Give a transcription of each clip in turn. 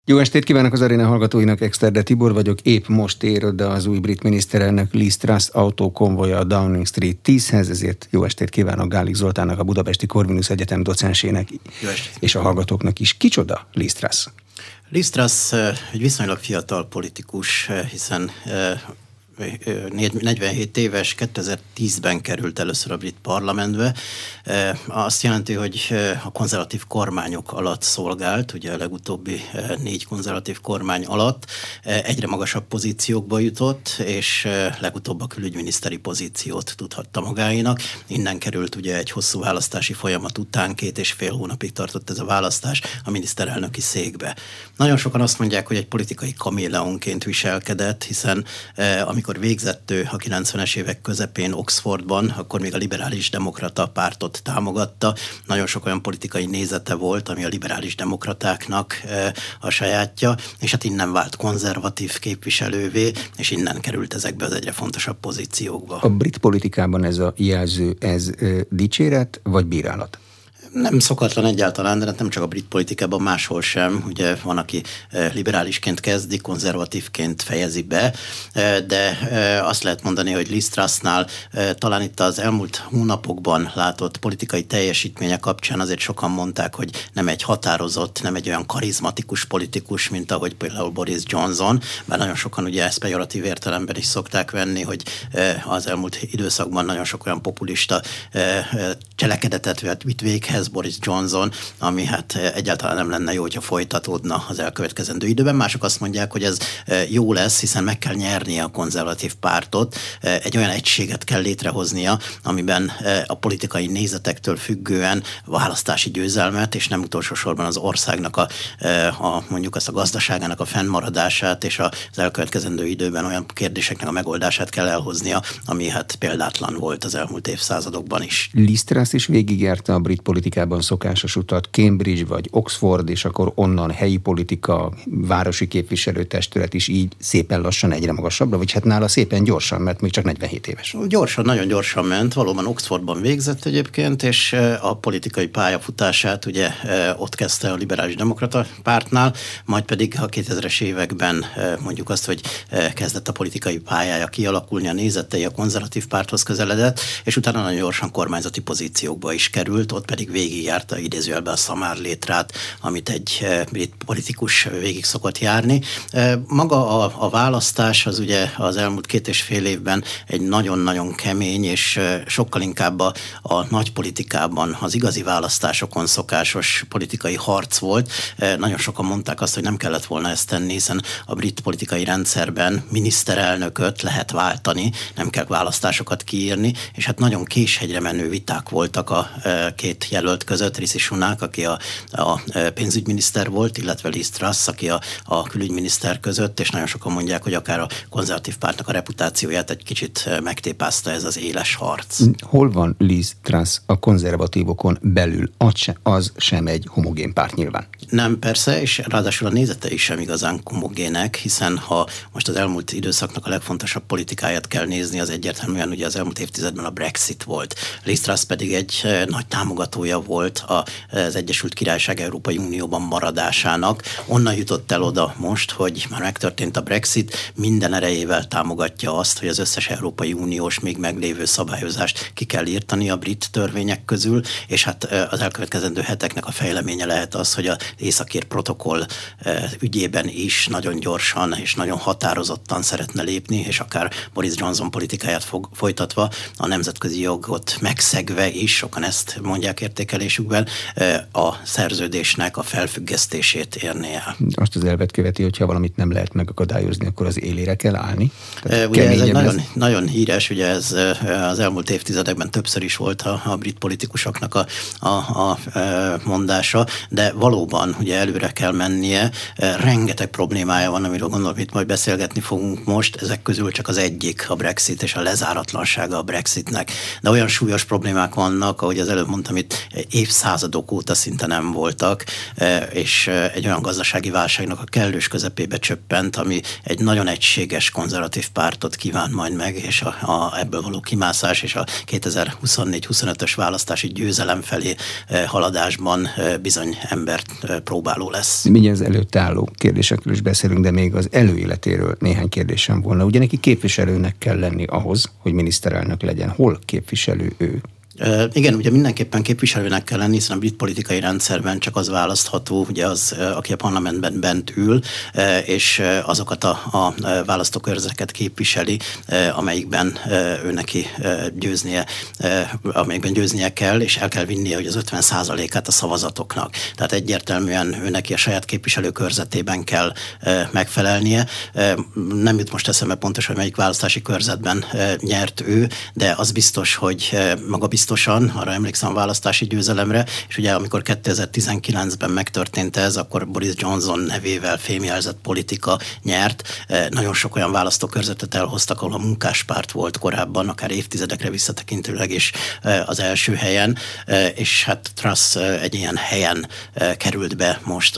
Jó estét kívánok az aréna hallgatóinak, Exterde Tibor vagyok. Épp most ér oda az új brit miniszterelnök Liz Truss autókonvoja a Downing Street 10-hez, ezért jó estét kívánok Gálik Zoltánnak, a Budapesti Corvinus Egyetem docensének, és a hallgatóknak is. Kicsoda Liz Truss? Liz Truss egy viszonylag fiatal politikus, hiszen 47 éves, 2010-ben került először a brit parlamentbe. Azt jelenti, hogy a konzervatív kormányok alatt szolgált, ugye a legutóbbi 4 konzervatív kormány alatt egyre magasabb pozíciókba jutott, és legutóbb a külügyminiszteri pozíciót tudhatta magáénak. Innen került ugye egy hosszú választási folyamat után, 2,5 hónapig tartott ez a választás a miniszterelnöki székbe. Nagyon sokan azt mondják, hogy egy politikai kaméleonként viselkedett, hiszen amikor végzett ő a 90-es évek közepén Oxfordban, akkor még a liberális demokrata pártot támogatta. Nagyon sok olyan politikai nézete volt, ami a liberális demokratáknak a sajátja, és hát innen vált konzervatív képviselővé, és innen került ezekbe az egyre fontosabb pozíciókba. A brit politikában ez a jelző, ez dicséret vagy bírálat? Nem szokatlan egyáltalán, de nem csak a brit politikában, máshol sem. Ugye van, aki liberálisként kezdi, konzervatívként fejezi be, de azt lehet mondani, hogy Liz Trussnál talán itt az elmúlt hónapokban látott politikai teljesítménye kapcsán azért sokan mondták, hogy nem egy határozott, nem egy olyan karizmatikus politikus, mint ahogy például Boris Johnson, bár nagyon sokan ugye ezt pejoratív értelemben is szokták venni, hogy az elmúlt időszakban nagyon sok olyan populista cselekedetet vitt véghez Boris Johnson, ami hát egyáltalán nem lenne jó, hogyha folytatódna az elkövetkezendő időben. Mások azt mondják, hogy ez jó lesz, hiszen meg kell nyernie a konzervatív pártot, egy olyan egységet kell létrehoznia, amiben a politikai nézetektől függően választási győzelmet, és nem utolsó sorban az országnak mondjuk azt a gazdaságának a fennmaradását, és az elkövetkezendő időben olyan kérdéseknek a megoldását kell elhoznia, ami hát példátlan volt az elmúlt évszázadokban is. Liz Truss is végigjárta a brit politikában szokásos utat, Cambridge vagy Oxford, és akkor onnan helyi politika, városi képviselőtestület is így szépen lassan egyre magasabbra, vagy hát nála szépen gyorsan, mert még csak 47 éves. Gyorsan, nagyon gyorsan ment, valóban Oxfordban végzett egyébként, és a politikai pályafutását ugye ott kezdte a liberális demokrata pártnál, majd pedig a 2000-es években mondjuk azt, hogy kezdett a politikai pályája kialakulni, a nézetei a konzervatív párthoz közeledett, és utána nagyon gyorsan kormányzati pozíciókba is került, ott pedig végigjárta idézőjelben a szamárlétrát, amit egy brit politikus végig szokott járni. Maga a választás az ugye az elmúlt 2,5 évben egy nagyon-nagyon kemény, és sokkal inkább a nagy politikában, az igazi választásokon szokásos politikai harc volt. Nagyon sokan mondták azt, hogy nem kellett volna ezt tenni, hiszen a brit politikai rendszerben miniszterelnököt lehet váltani, nem kell választásokat kiírni, és hát nagyon késhegyre menő viták voltak a két jelölt között, Rishi Sunak, aki a pénzügyminiszter volt, illetve Liz Truss, aki a külügyminiszter között, és nagyon sokan mondják, hogy akár a konzervatív pártnak a reputációját egy kicsit megtépázta ez az éles harc. Hol van Liz Truss a konzervatívokon belül? Az sem egy homogén párt nyilván. Nem, persze, és ráadásul a nézetei sem igazán homogének, hiszen ha most az elmúlt időszaknak a legfontosabb politikáját kell nézni, az egyértelműen ugye az elmúlt évtizedben a Brexit volt. Liz Truss pedig egy nagy támogatója volt az Egyesült Királyság Európai Unióban maradásának. Onnan jutott el oda most, hogy már megtörtént a Brexit, minden erejével támogatja azt, hogy az összes Európai Uniós még meglévő szabályozást ki kell írtani a brit törvények közül, és hát az elkövetkezendő heteknek a fejleménye lehet az, hogy az északír protokoll ügyében is nagyon gyorsan és nagyon határozottan szeretne lépni, és akár Boris Johnson politikáját folytatva, a nemzetközi jogot megszegve is, sokan ezt mondják értékelésükben, a szerződésnek a felfüggesztését érné el. Azt az elvet követi, hogyha valamit nem lehet megakadályozni, akkor az élére kell állni? Ugye ez egy nagyon híres, ugye ez az elmúlt évtizedekben többször is volt a brit politikusoknak a mondása, de valóban ugye előre kell mennie. Rengeteg problémája van, amiről gondolom, itt majd beszélgetni fogunk most, ezek közül csak az egyik a Brexit és a lezáratlansága a Brexitnek. De olyan súlyos problémák vannak, ahogy az előbb mondtam, itt évszázadok óta szinte nem voltak, és egy olyan gazdasági válságnak a kellős közepébe csöppent, ami egy nagyon egységes konzervatív pártot kíván majd meg, és ebből való kimászás és a 2024-25-ös választási győzelem felé haladásban bizony embert próbáló lesz. Mindjárt az előtt álló kérdésekről is beszélünk, de még az előéletéről néhány kérdésem volna. Ugye neki képviselőnek kell lenni ahhoz, hogy miniszterelnök legyen. Hol képviselő ő? Igen, ugye mindenképpen képviselőnek kell lenni, hiszen a brit politikai rendszerben csak az választható, ugye az, aki a parlamentben bent ül, és azokat a választókörzeteket képviseli, amelyikben ő neki győznie kell, és el kell vinnie, hogy az 50%-át a szavazatoknak. Tehát egyértelműen ő neki a saját képviselőkörzetében kell megfelelnie. Nem jut most eszembe pontosan, hogy melyik választási körzetben nyert ő, de az biztos, hogy biztosan, arra emlékszem a választási győzelemre, és ugye amikor 2019-ben megtörtént ez, akkor Boris Johnson nevével fémjelzett politika nyert. Nagyon sok olyan választókörzetet elhoztak, ahol a munkáspárt volt korábban, akár évtizedekre visszatekintőleg is az első helyen, és hát Truss egy ilyen helyen került be most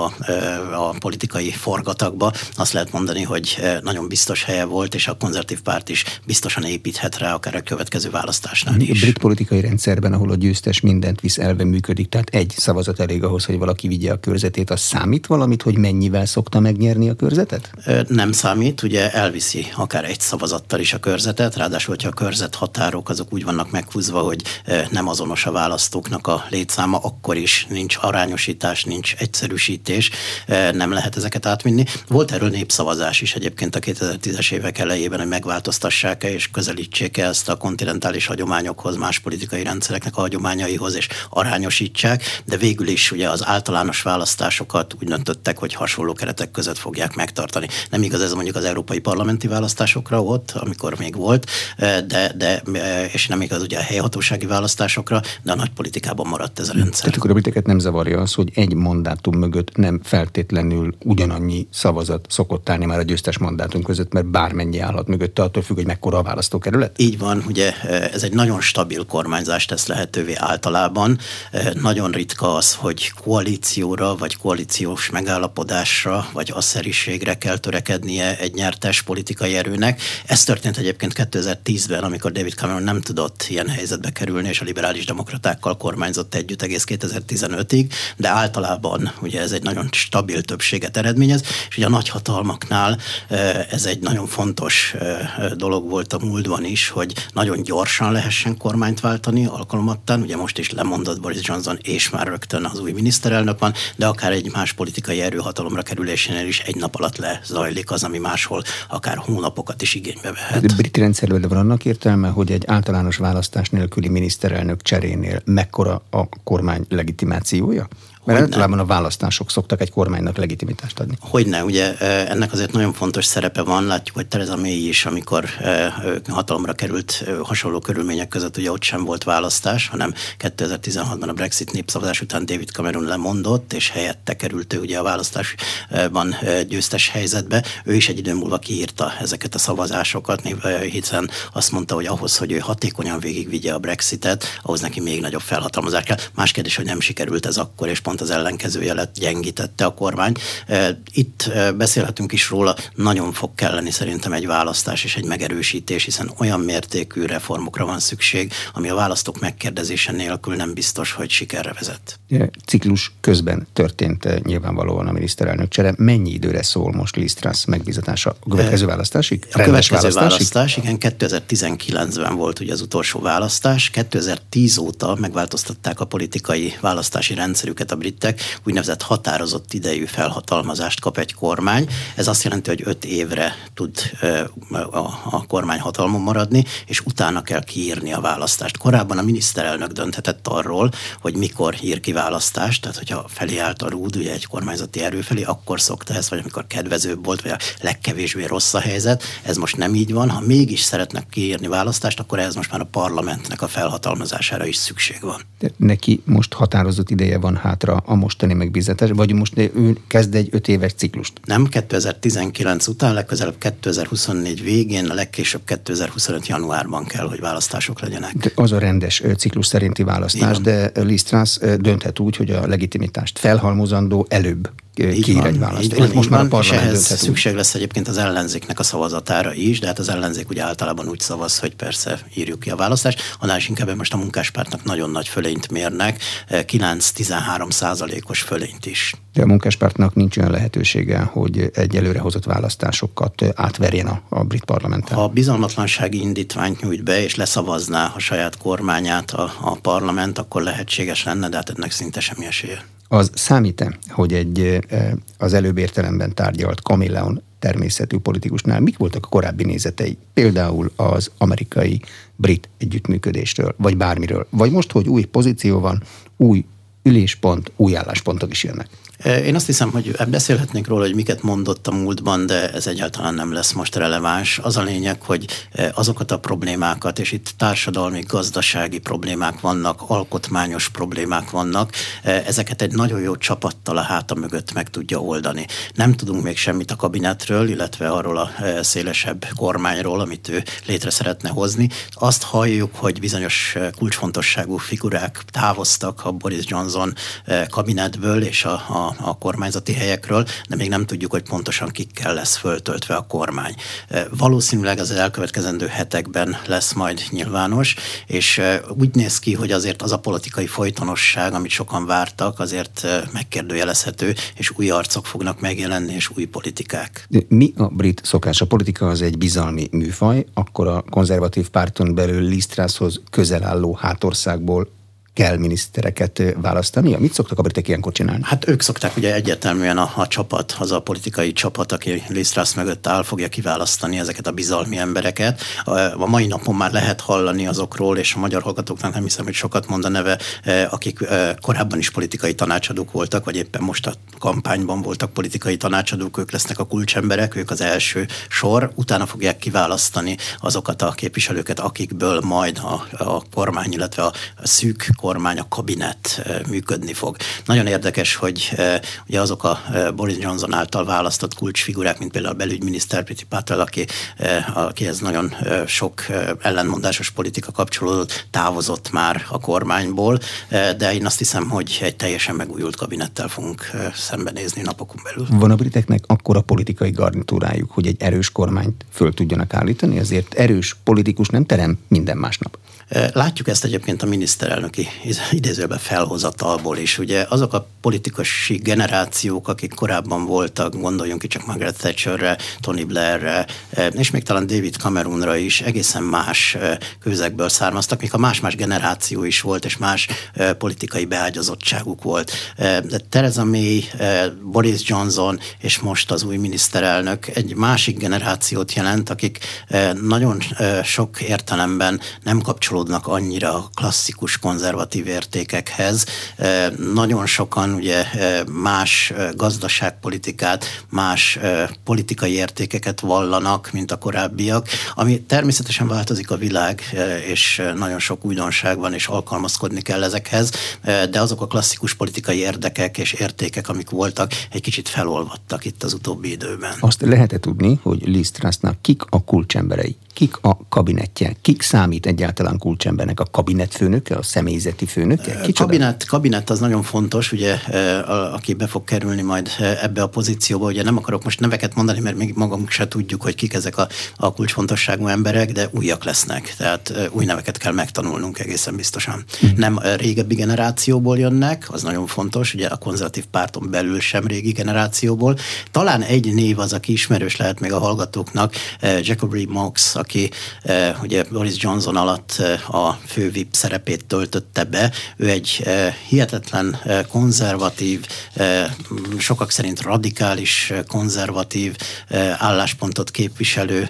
a politikai forgatagba. Azt lehet mondani, hogy nagyon biztos helye volt, és a konzervatív párt is biztosan építhet rá, akár a következő választásnál is. A brit politikai rendszerben, ahol a győztes mindent visz, elve működik, tehát egy szavazat elég ahhoz, hogy valaki vigye a körzetét, az számít valamit, hogy mennyivel szokta megnyerni a körzetet? Nem számít, ugye elviszi akár egy szavazattal is a körzetet, ráadásul, hogyha a körzet határok azok úgy vannak meghúzva, hogy nem azonos a választóknak a létszáma, akkor is nincs arányosítás, nincs egyszerűsítés, nem lehet ezeket átvinni. Volt erről népszavazás is egyébként a 2010-es évek elejében, hogy megváltoztassák-e és közelítsék-e ezt a kontinentális hagyományokhoz, más politikai rendszereknek a hagyományaihoz, és arányosítsák, de végül is ugye az általános választásokat úgy döntöttek, hogy hasonló keretek között fogják megtartani. Nem igaz ez mondjuk az európai parlamenti választásokra ott, amikor még volt, és nem igaz ugye a helyhatósági választásokra, de a nagy politikában maradt ez a rendszer. Tehát akkor a briteket nem zavarja az, hogy egy mandátum mögött nem feltétlenül ugyanannyi szavazat szokott állni már a győztes mandátum között, mert bármennyi állhat mögötte, attól függ, hogy mekkora a választókerület? Így van, ugye ez egy nagyon stabil kormányzást tesz lehetővé általában. Nagyon ritka az, hogy koalícióra, vagy koalíciós megállapodásra, vagy asszeriségre kell törekednie egy nyertes politikai erőnek. Ez történt egyébként 2010-ben, amikor David Cameron nem tudott ilyen helyzetbe kerülni, és a liberális demokratákkal kormányzott együtt egész 2015-ig, de általában ugye ez egy nagyon stabil többséget eredményez, és ugye a nagyhatalmaknál ez egy nagyon fontos dolog volt a múltban is, hogy nagyon gyorsan lehessen kormányt váltani alkalomattán. Ugye most is lemondott Boris Johnson, és már rögtön az új miniszterelnök van, de akár egy más politikai erőhatalomra kerülésénél is egy nap alatt lezajlik az, ami máshol akár hónapokat is igénybe vehet. A brit rendszerben van annak értelme, hogy egy általános választás nélküli miniszterelnök cserénél mekkora a kormány legitimációja? Mert általában a választások szoktak egy kormánynak legitimitást adni. Hogyne, ugye ennek azért nagyon fontos szerepe van. Látjuk, hogy Theresa May is, amikor hatalomra került hasonló körülmények között, ugye ott sem volt választás, hanem 2016-ban a Brexit népszavazás után David Cameron lemondott, és helyette került ő ugye a választásban győztes helyzetbe. Ő is egy idő múlva kiírta ezeket a szavazásokat, hiszen azt mondta, hogy ahhoz, hogy ő hatékonyan végigvigye a Brexitet, ahhoz neki még nagyobb felhatalmazás kell. Más kérdés, hogy nem sikerült ez akkor, és pont az ellenkezője lett, gyengítette a kormány. Itt beszélhetünk is róla, nagyon fog kelleni szerintem egy választás és egy megerősítés, hiszen olyan mértékű reformokra van szükség, ami a választók megkérdezése nélkül nem biztos, hogy sikerre vezet. Ciklus közben történt nyilvánvalóan a miniszterelnök csere. Mennyi időre szól most Liz Truss megbízatása? A következő választásig? A következő választás, igen, 2019-ben volt ugye az utolsó választás. 2010 óta megváltoztatták a politikai választási rendszerüket a britek, úgynevezett határozott idejű felhatalmazást kap egy kormány. Ez azt jelenti, hogy 5 évre tud a kormány hatalmon maradni, és utána kell kiírni a választást. Korábban a miniszterelnök dönthetett arról, hogy mikor ír ki választást, tehát hogyha felé állt a rúd, ugye egy kormányzati erő felé, akkor szokta ezt, vagy amikor kedvezőbb volt, vagy a legkevésbé rossz a helyzet. Ez most nem így van. Ha mégis szeretnek kiírni választást, akkor ez most már a parlamentnek a felhatalmazására is szükség van. De neki most határozott ideje van hátra számukra a mostani megbízatás, vagy most ő kezd egy 5 éves ciklust? Nem, 2019 után, legközelebb 2024 végén, a legkésőbb 2025 januárban kell, hogy választások legyenek. De az a rendes ciklus szerinti választás, de Liz Truss dönthet úgy, hogy a legitimitást felhalmozandó előbb kiír egy választ. Most már a parlament dönthet. Szükség lesz egyébként az ellenzéknek a szavazatára is, de hát az ellenzék ugye általában úgy szavaz, hogy persze írjuk ki a választást, annál is inkább most a Munkáspártnak nagyon nagy fölényt mérnek, 9-13%-os fölényt is. De a Munkáspártnak nincs olyan lehetősége, hogy egy előrehozott választásokat átverjen a brit parlamenten. Ha bizalmatlansági indítványt nyújt be, és leszavazná a saját kormányát a parlament, akkor lehetséges lenne, de hát ennek szinte semmi esélye. Az számít-e, hogy egy az előbb értelemben tárgyalt kameleon természetű politikusnál mik voltak a korábbi nézetei? Például az amerikai-brit együttműködésről, vagy bármiről. Vagy most, hogy új pozíció van, új üléspont, új álláspontok is jönnek. Én azt hiszem, hogy beszélhetnénk róla, hogy miket mondott a múltban, de ez egyáltalán nem lesz most releváns. Az a lényeg, hogy azokat a problémákat, és itt társadalmi, gazdasági problémák vannak, alkotmányos problémák vannak, ezeket egy nagyon jó csapattal a háta mögött meg tudja oldani. Nem tudunk még semmit a kabinetről, illetve arról a szélesebb kormányról, amit ő létre szeretne hozni. Azt halljuk, hogy bizonyos kulcsfontosságú figurák távoztak a Boris Johnson kabinetből és a kormányzati helyekről, de még nem tudjuk, hogy pontosan kikkel lesz föltöltve a kormány. Valószínűleg az elkövetkezendő hetekben lesz majd nyilvános, és úgy néz ki, hogy azért az a politikai folytonosság, amit sokan vártak, azért megkérdőjelezhető, és új arcok fognak megjelenni, és új politikák. De mi a brit szokás? A politika az egy bizalmi műfaj, akkor a konzervatív párton belül Liz Trusshoz közel álló hátországból kell minisztereket választani? Mit szoktak a britek ilyenkor csinálni? Hát ők szokták, ugye egyértelműen a csapat, az a politikai csapat, aki Liz Truss mögött áll, fogja kiválasztani ezeket a bizalmi embereket. A mai napon már lehet hallani azokról, és a magyar hallgatóknak nem hiszem, hogy sokat mond a neve, akik korábban is politikai tanácsadók voltak, vagy éppen most a kampányban voltak politikai tanácsadók, ők lesznek a kulcsemberek, ők az első sor, utána fogják kiválasztani azokat a képviselőket, akikből majd a kormány, illetve a szűk kormány, a kabinet működni fog. Nagyon érdekes, hogy ugye azok a Boris Johnson által választott kulcsfigurák, mint például a belügyminiszter Priti Patel, akihez nagyon sok ellentmondásos politika kapcsolódott, távozott már a kormányból, de én azt hiszem, hogy egy teljesen megújult kabinettel fogunk szembenézni napokon belül. Van a briteknek akkora politikai garnitúrájuk, hogy egy erős kormányt föl tudjanak állítani? Azért erős politikus nem terem minden másnap. Látjuk ezt egyébként a miniszterelnöki idézőben felhozatalból is. Ugye azok a politikusi generációk, akik korábban voltak, gondoljunk ki csak Margaret Thatcherre, Tony Blairre, és még talán David Cameronra is, egészen más közegből származtak, még a más-más generáció is volt, és más politikai beágyazottságuk volt. De Theresa May, Boris Johnson és most az új miniszterelnök egy másik generációt jelent, akik nagyon sok értelemben nem kapcsolódnak annyira a klasszikus konzervatív értékekhez. Nagyon sokan ugye más gazdaságpolitikát, más politikai értékeket vallanak, mint a korábbiak, ami természetesen változik a világ, és nagyon sok újdonság van, és alkalmazkodni kell ezekhez, de azok a klasszikus politikai érdekek és értékek, amik voltak, egy kicsit felolvadtak itt az utóbbi időben. Azt lehet-e tudni, hogy Liz Trussnak kik a kulcsemberei? Kik a kabinetje? Kik számít egyáltalán kulcsembernek? A kabinetfőnöke, a személyzeti főnöke? Kabinett az nagyon fontos, ugye, aki be fog kerülni majd ebbe a pozícióba. Ugye nem akarok most neveket mondani, mert még magunk se tudjuk, hogy kik ezek a kulcsfontosságú emberek, de újak lesznek. Tehát új neveket kell megtanulnunk egészen biztosan. Nem régebbi generációból jönnek, az nagyon fontos, ugye a konzervatív párton belül sem régi generációból. Talán egy név az, aki ismerős lehet még a hallgatóknak, Jacob Rees-Mogg, aki ugye Boris Johnson alatt a fő VIP szerepét töltötte be. Ő egy hihetetlen konzervatív, sokak szerint radikális konzervatív álláspontot képviselő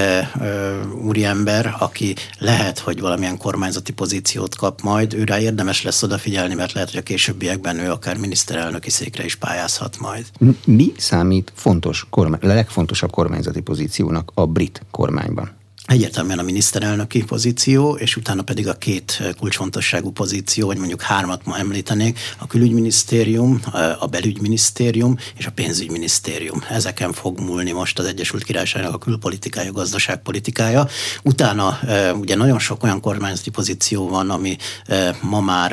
úriember, aki lehet, hogy valamilyen kormányzati pozíciót kap majd. Őre érdemes lesz odafigyelni, mert lehet, hogy a későbbiekben ő akár miniszterelnöki székre is pályázhat majd. Mi számít fontos, a legfontosabb kormányzati pozíciónak a brit kormányban? Egyértelműen a miniszterelnöki pozíció, és utána pedig a két kulcsfontosságú pozíció, vagy mondjuk 3 ma említenék, a külügyminisztérium, a belügyminisztérium és a pénzügyminisztérium. Ezeken fog múlni most az Egyesült Királyságnak a külpolitikája, gazdaságpolitikája. Utána ugye nagyon sok olyan kormányzati pozíció van, ami ma már,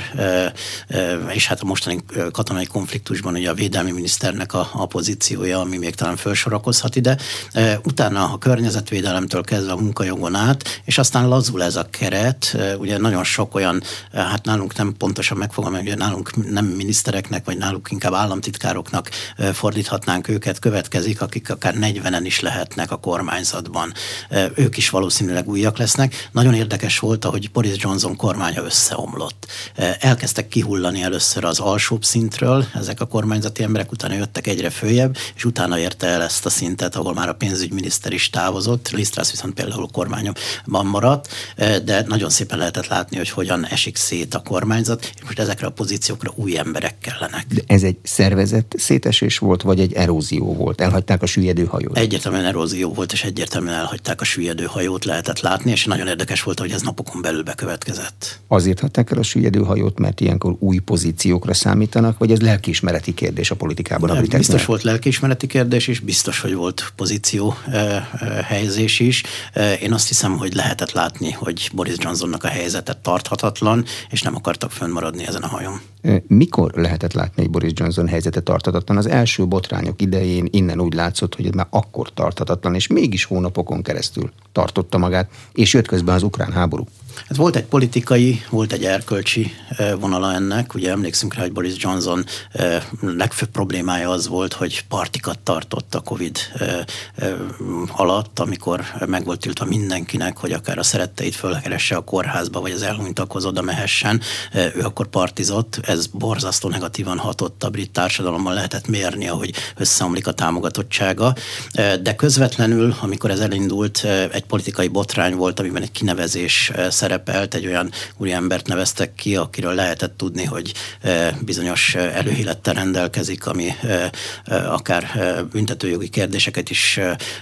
és hát a mostani katonai konfliktusban ugye a védelmi miniszternek a pozíciója, ami még talán felsorakozhat ide. Utána a környezetvédelemtől kezdve a munkajogon át, és aztán lazul ez a keret. Ugye nagyon sok olyan, hát nálunk nem pontosan megfogalmazni, hogy nálunk nem minisztereknek, vagy náluk inkább államtitkároknak fordíthatnánk őket, következik, akik akár 40-en is lehetnek a kormányzatban. Ők is valószínűleg újak lesznek. Nagyon érdekes volt, ahogy Boris Johnson kormánya összeomlott. Elkezdtek kihullani először az alsóbb szintről, ezek a kormányzati emberek, utána jöttek egyre följebb, és utána érte el ezt a szintet, ahol már a pénzügyminiszter is távozott. Liz Truss viszont például a kormányban maradt, de nagyon szépen lehetett látni, hogy hogyan esik szét a kormányzat, és most ezekre a pozíciókra új emberek kellenek. De ez egy szervezett szétesés volt, vagy egy erózió volt? Elhagyták a süllyedő hajót? Egyértelműen erózió volt, és egyértelműen elhagyták a süllyedő hajót, lehetett látni, és nagyon érdekes volt, hogy ez napokon belül bekövetkezett. Azért hagyták el a süllyedő hajót, mert ilyenkor új pozíciókra számítanak, vagy ez lelkiismereti kérdés a politikában? A briteknél? Biztos volt lelkiismereti kérdés is, biztos, hogy volt pozíció helyezés is. Én azt hiszem, hogy lehetett látni, hogy Boris Johnsonnak a helyzete tarthatatlan, és nem akartak fönnmaradni ezen a hajón. Mikor lehetett látni, hogy Boris Johnson helyzete tarthatatlan? Az első botrányok idején innen úgy látszott, hogy ez már akkor tarthatatlan, és mégis hónapokon keresztül tartotta magát, és jött közben az ukrán háború. Hát volt egy politikai, volt egy erkölcsi vonala ennek. Ugye emlékszünk rá, hogy Boris Johnson legfőbb problémája az volt, hogy partikat tartott a Covid alatt, amikor meg volt tiltva mindenkinek, hogy akár a szeretteit fölkeresse a kórházba, vagy az elhunytakhoz oda mehessen. Ő akkor partizott. Ez borzasztó negatívan hatott a brit társadalomban, lehetett mérni, ahogy összeomlik a támogatottsága. De közvetlenül, amikor ez elindult, egy politikai botrány volt, amiben egy kinevezés szerepelt, egy olyan úriembert neveztek ki, akiről lehetett tudni, hogy bizonyos előélettel rendelkezik, ami akár büntetőjogi kérdéseket is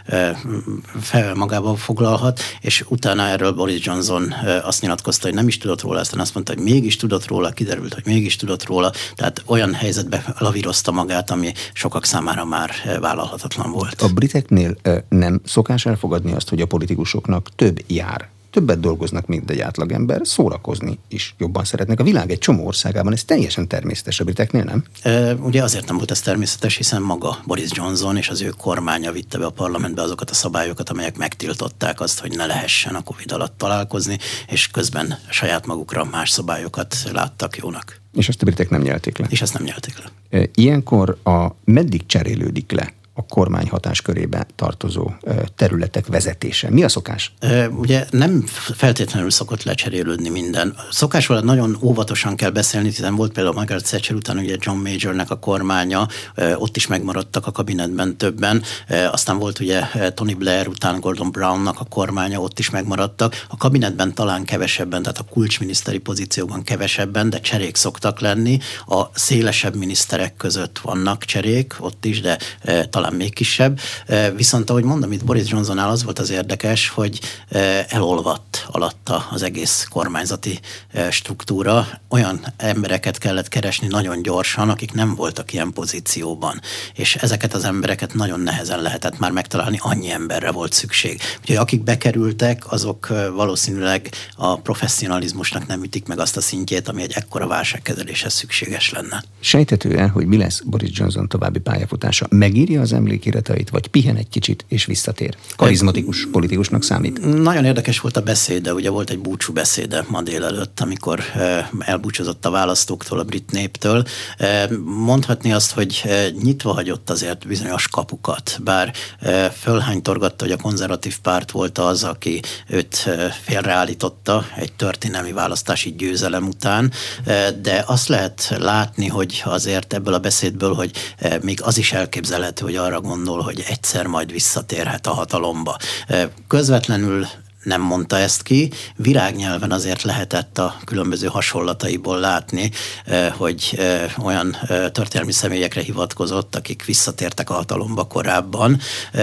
magában foglalhat, és utána erről Boris Johnson azt nyilatkozta, hogy nem is tudott róla, aztán azt mondta, hogy mégis tudott róla, kiderült, hogy mégis tudott róla, tehát olyan helyzetbe lavírozta magát, ami sokak számára már vállalhatatlan volt. A briteknél nem szokás elfogadni azt, hogy a politikusoknak több jár. Többet dolgoznak, mint egy átlagember, szórakozni is jobban szeretnek. A világ egy csomó országában ez teljesen természetes, a briteknél nem? Ugye azért nem volt ez természetes, hiszen maga Boris Johnson és az ő kormánya vitte be a parlamentbe azokat a szabályokat, amelyek megtiltották azt, hogy ne lehessen a Covid alatt találkozni, és közben saját magukra más szabályokat láttak jónak. És ezt a britek nem nyelték le? És ezt nem nyelték le. Ilyenkor meddig cserélődik le a kormány hatáskörébe tartozó területek vezetése? Mi a szokás? Ugye nem feltétlenül szokott lecserélődni minden. Szokásról nagyon óvatosan kell beszélni, hiszen volt például Margaret Thatcher után ugye John Majornek a kormánya, ott is megmaradtak a kabinetben többen, aztán volt ugye Tony Blair után Gordon Brownnak a kormánya, ott is megmaradtak. A kabinetben talán kevesebben, tehát a kulcsminiszteri pozícióban kevesebben, de cserék szoktak lenni. A szélesebb miniszterek között vannak cserék, ott is, de talán még kisebb. Viszont ahogy mondom, itt Boris Johnsonnál az volt az érdekes, hogy elolvadt alatta az egész kormányzati struktúra. Olyan embereket kellett keresni nagyon gyorsan, akik nem voltak ilyen pozícióban. És ezeket az embereket nagyon nehezen lehetett már megtalálni, annyi emberre volt szükség. Úgyhogy akik bekerültek, azok valószínűleg a professzionalizmusnak nem ütik meg azt a szintjét, ami egy ekkora válságkezeléshez szükséges lenne. Sejthető-e, hogy mi lesz Boris Johnson további pályafutása? Megírja az emlékiratait, vagy pihen egy kicsit és visszatér? Karizmatikus politikusnak számít? Nagyon érdekes volt a beszéde, ugye volt egy búcsú beszéde ma délelőtt, amikor elbúcsúzott a választóktól, a brit néptől. Mondhatni azt, hogy nyitva hagyott azért bizonyos kapukat, bár fölhánytorgatta, hogy a konzervatív párt volt az, aki őt félreállította egy történelmi választási győzelem után, de azt lehet látni, hogy azért ebből a beszédből, hogy még az is elképzelhető, hogy arra gondol, hogy egyszer majd visszatérhet a hatalomba. Közvetlenül nem mondta ezt ki. Virágnyelven azért lehetett a különböző hasonlataiból látni, hogy olyan történelmi személyekre hivatkozott, akik visszatértek a hatalomba korábban,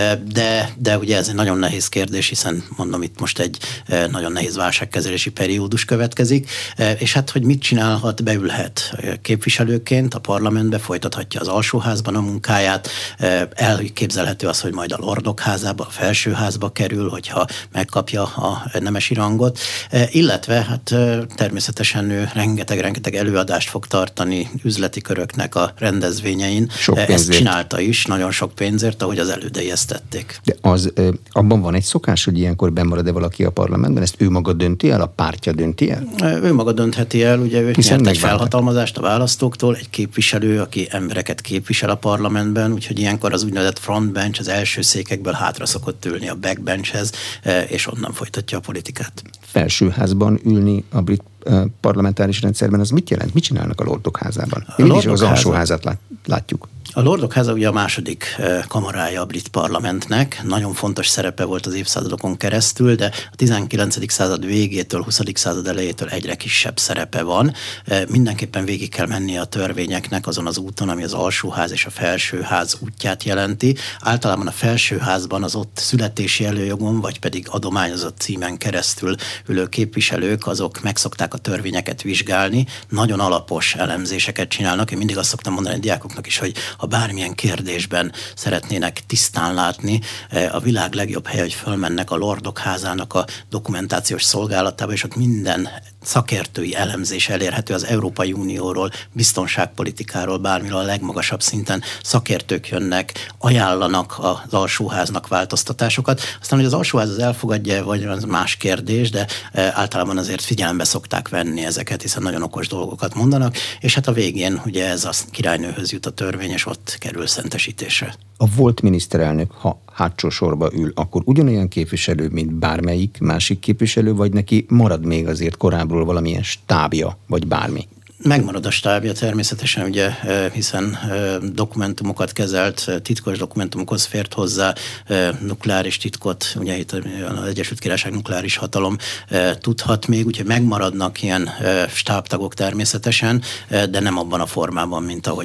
de ugye ez egy nagyon nehéz kérdés, hiszen mondom, itt most egy nagyon nehéz válságkezelési periódus következik, és hát, hogy mit csinálhat, beülhet képviselőként a parlamentbe, folytathatja az alsóházban a munkáját, elképzelhető az, hogy majd a Lordok házába, a felsőházba kerül, hogyha megkapja a nemesi rangot, illetve hát természetesen ő rengeteg előadást fog tartani üzleti köröknek a rendezvényein. Ezt csinálta is, nagyon sok pénzért, ahogy az elődei ezt tették. De abban van egy szokás, hogy ilyenkor bemarad-e valaki a parlamentben? Ezt ő maga dönti el, a pártja dönti el? Ő maga döntheti el, ugye ő nyert egy felhatalmazást a választóktól, egy képviselő, aki embereket képvisel a parlamentben, úgyhogy ilyenkor az úgynevezett frontbench, az első székekből hátra szokott ülni a backbenchhez, és onnan folytatja a politikát. Felsőházban ülni a brit parlamentáris rendszerben, az mit jelent? Mit csinálnak a Lordok házában? Mi is az alsóházat látjuk. A Lordok háza ugye a második kamarája a brit parlamentnek, nagyon fontos szerepe volt az évszázadokon keresztül, de a 19. század végétől, 20. század elejétől egyre kisebb szerepe van. Mindenképpen végig kell mennie a törvényeknek azon az úton, ami az alsóház és a felsőház útját jelenti. Általában a felsőházban az ott születési előjogon, vagy pedig adományozott címen keresztül ülő képviselők, azok megszokták a törvényeket vizsgálni, nagyon alapos elemzéseket csinálnak. Én mindig azt szoktam mondani a diákoknak is, hogy ha bármilyen kérdésben szeretnének tisztán látni, a világ legjobb helye, hogy fölmennek a Lordok házának a dokumentációs szolgálatába, és ott minden szakértői elemzés elérhető az Európai Unióról, biztonságpolitikáról, bármiről a legmagasabb szinten. Szakértők jönnek, ajánlanak az alsóháznak változtatásokat. Aztán, hogy az alsóház az elfogadja, vagy az más kérdés, de általában azért figyelembe szokták venni ezeket, hiszen nagyon okos dolgokat mondanak, és hát a végén ugye ez a királynőhöz jut a törvény, és ott kerül szentesítésre. A volt miniszterelnök, ha hátsó sorba ül, akkor ugyanolyan képviselő, mint bármelyik másik képviselő, vagy neki marad még azért korábbról valamilyen stábja, vagy bármi? Megmarad a stábja természetesen, ugye, hiszen dokumentumokat kezelt, titkos dokumentumokhoz fért hozzá, nukleáris titkot, ugye itt az Egyesült Királyság nukleáris hatalom tudhat még, úgyhogy megmaradnak ilyen stábtagok természetesen, de nem abban a formában, mint ahogy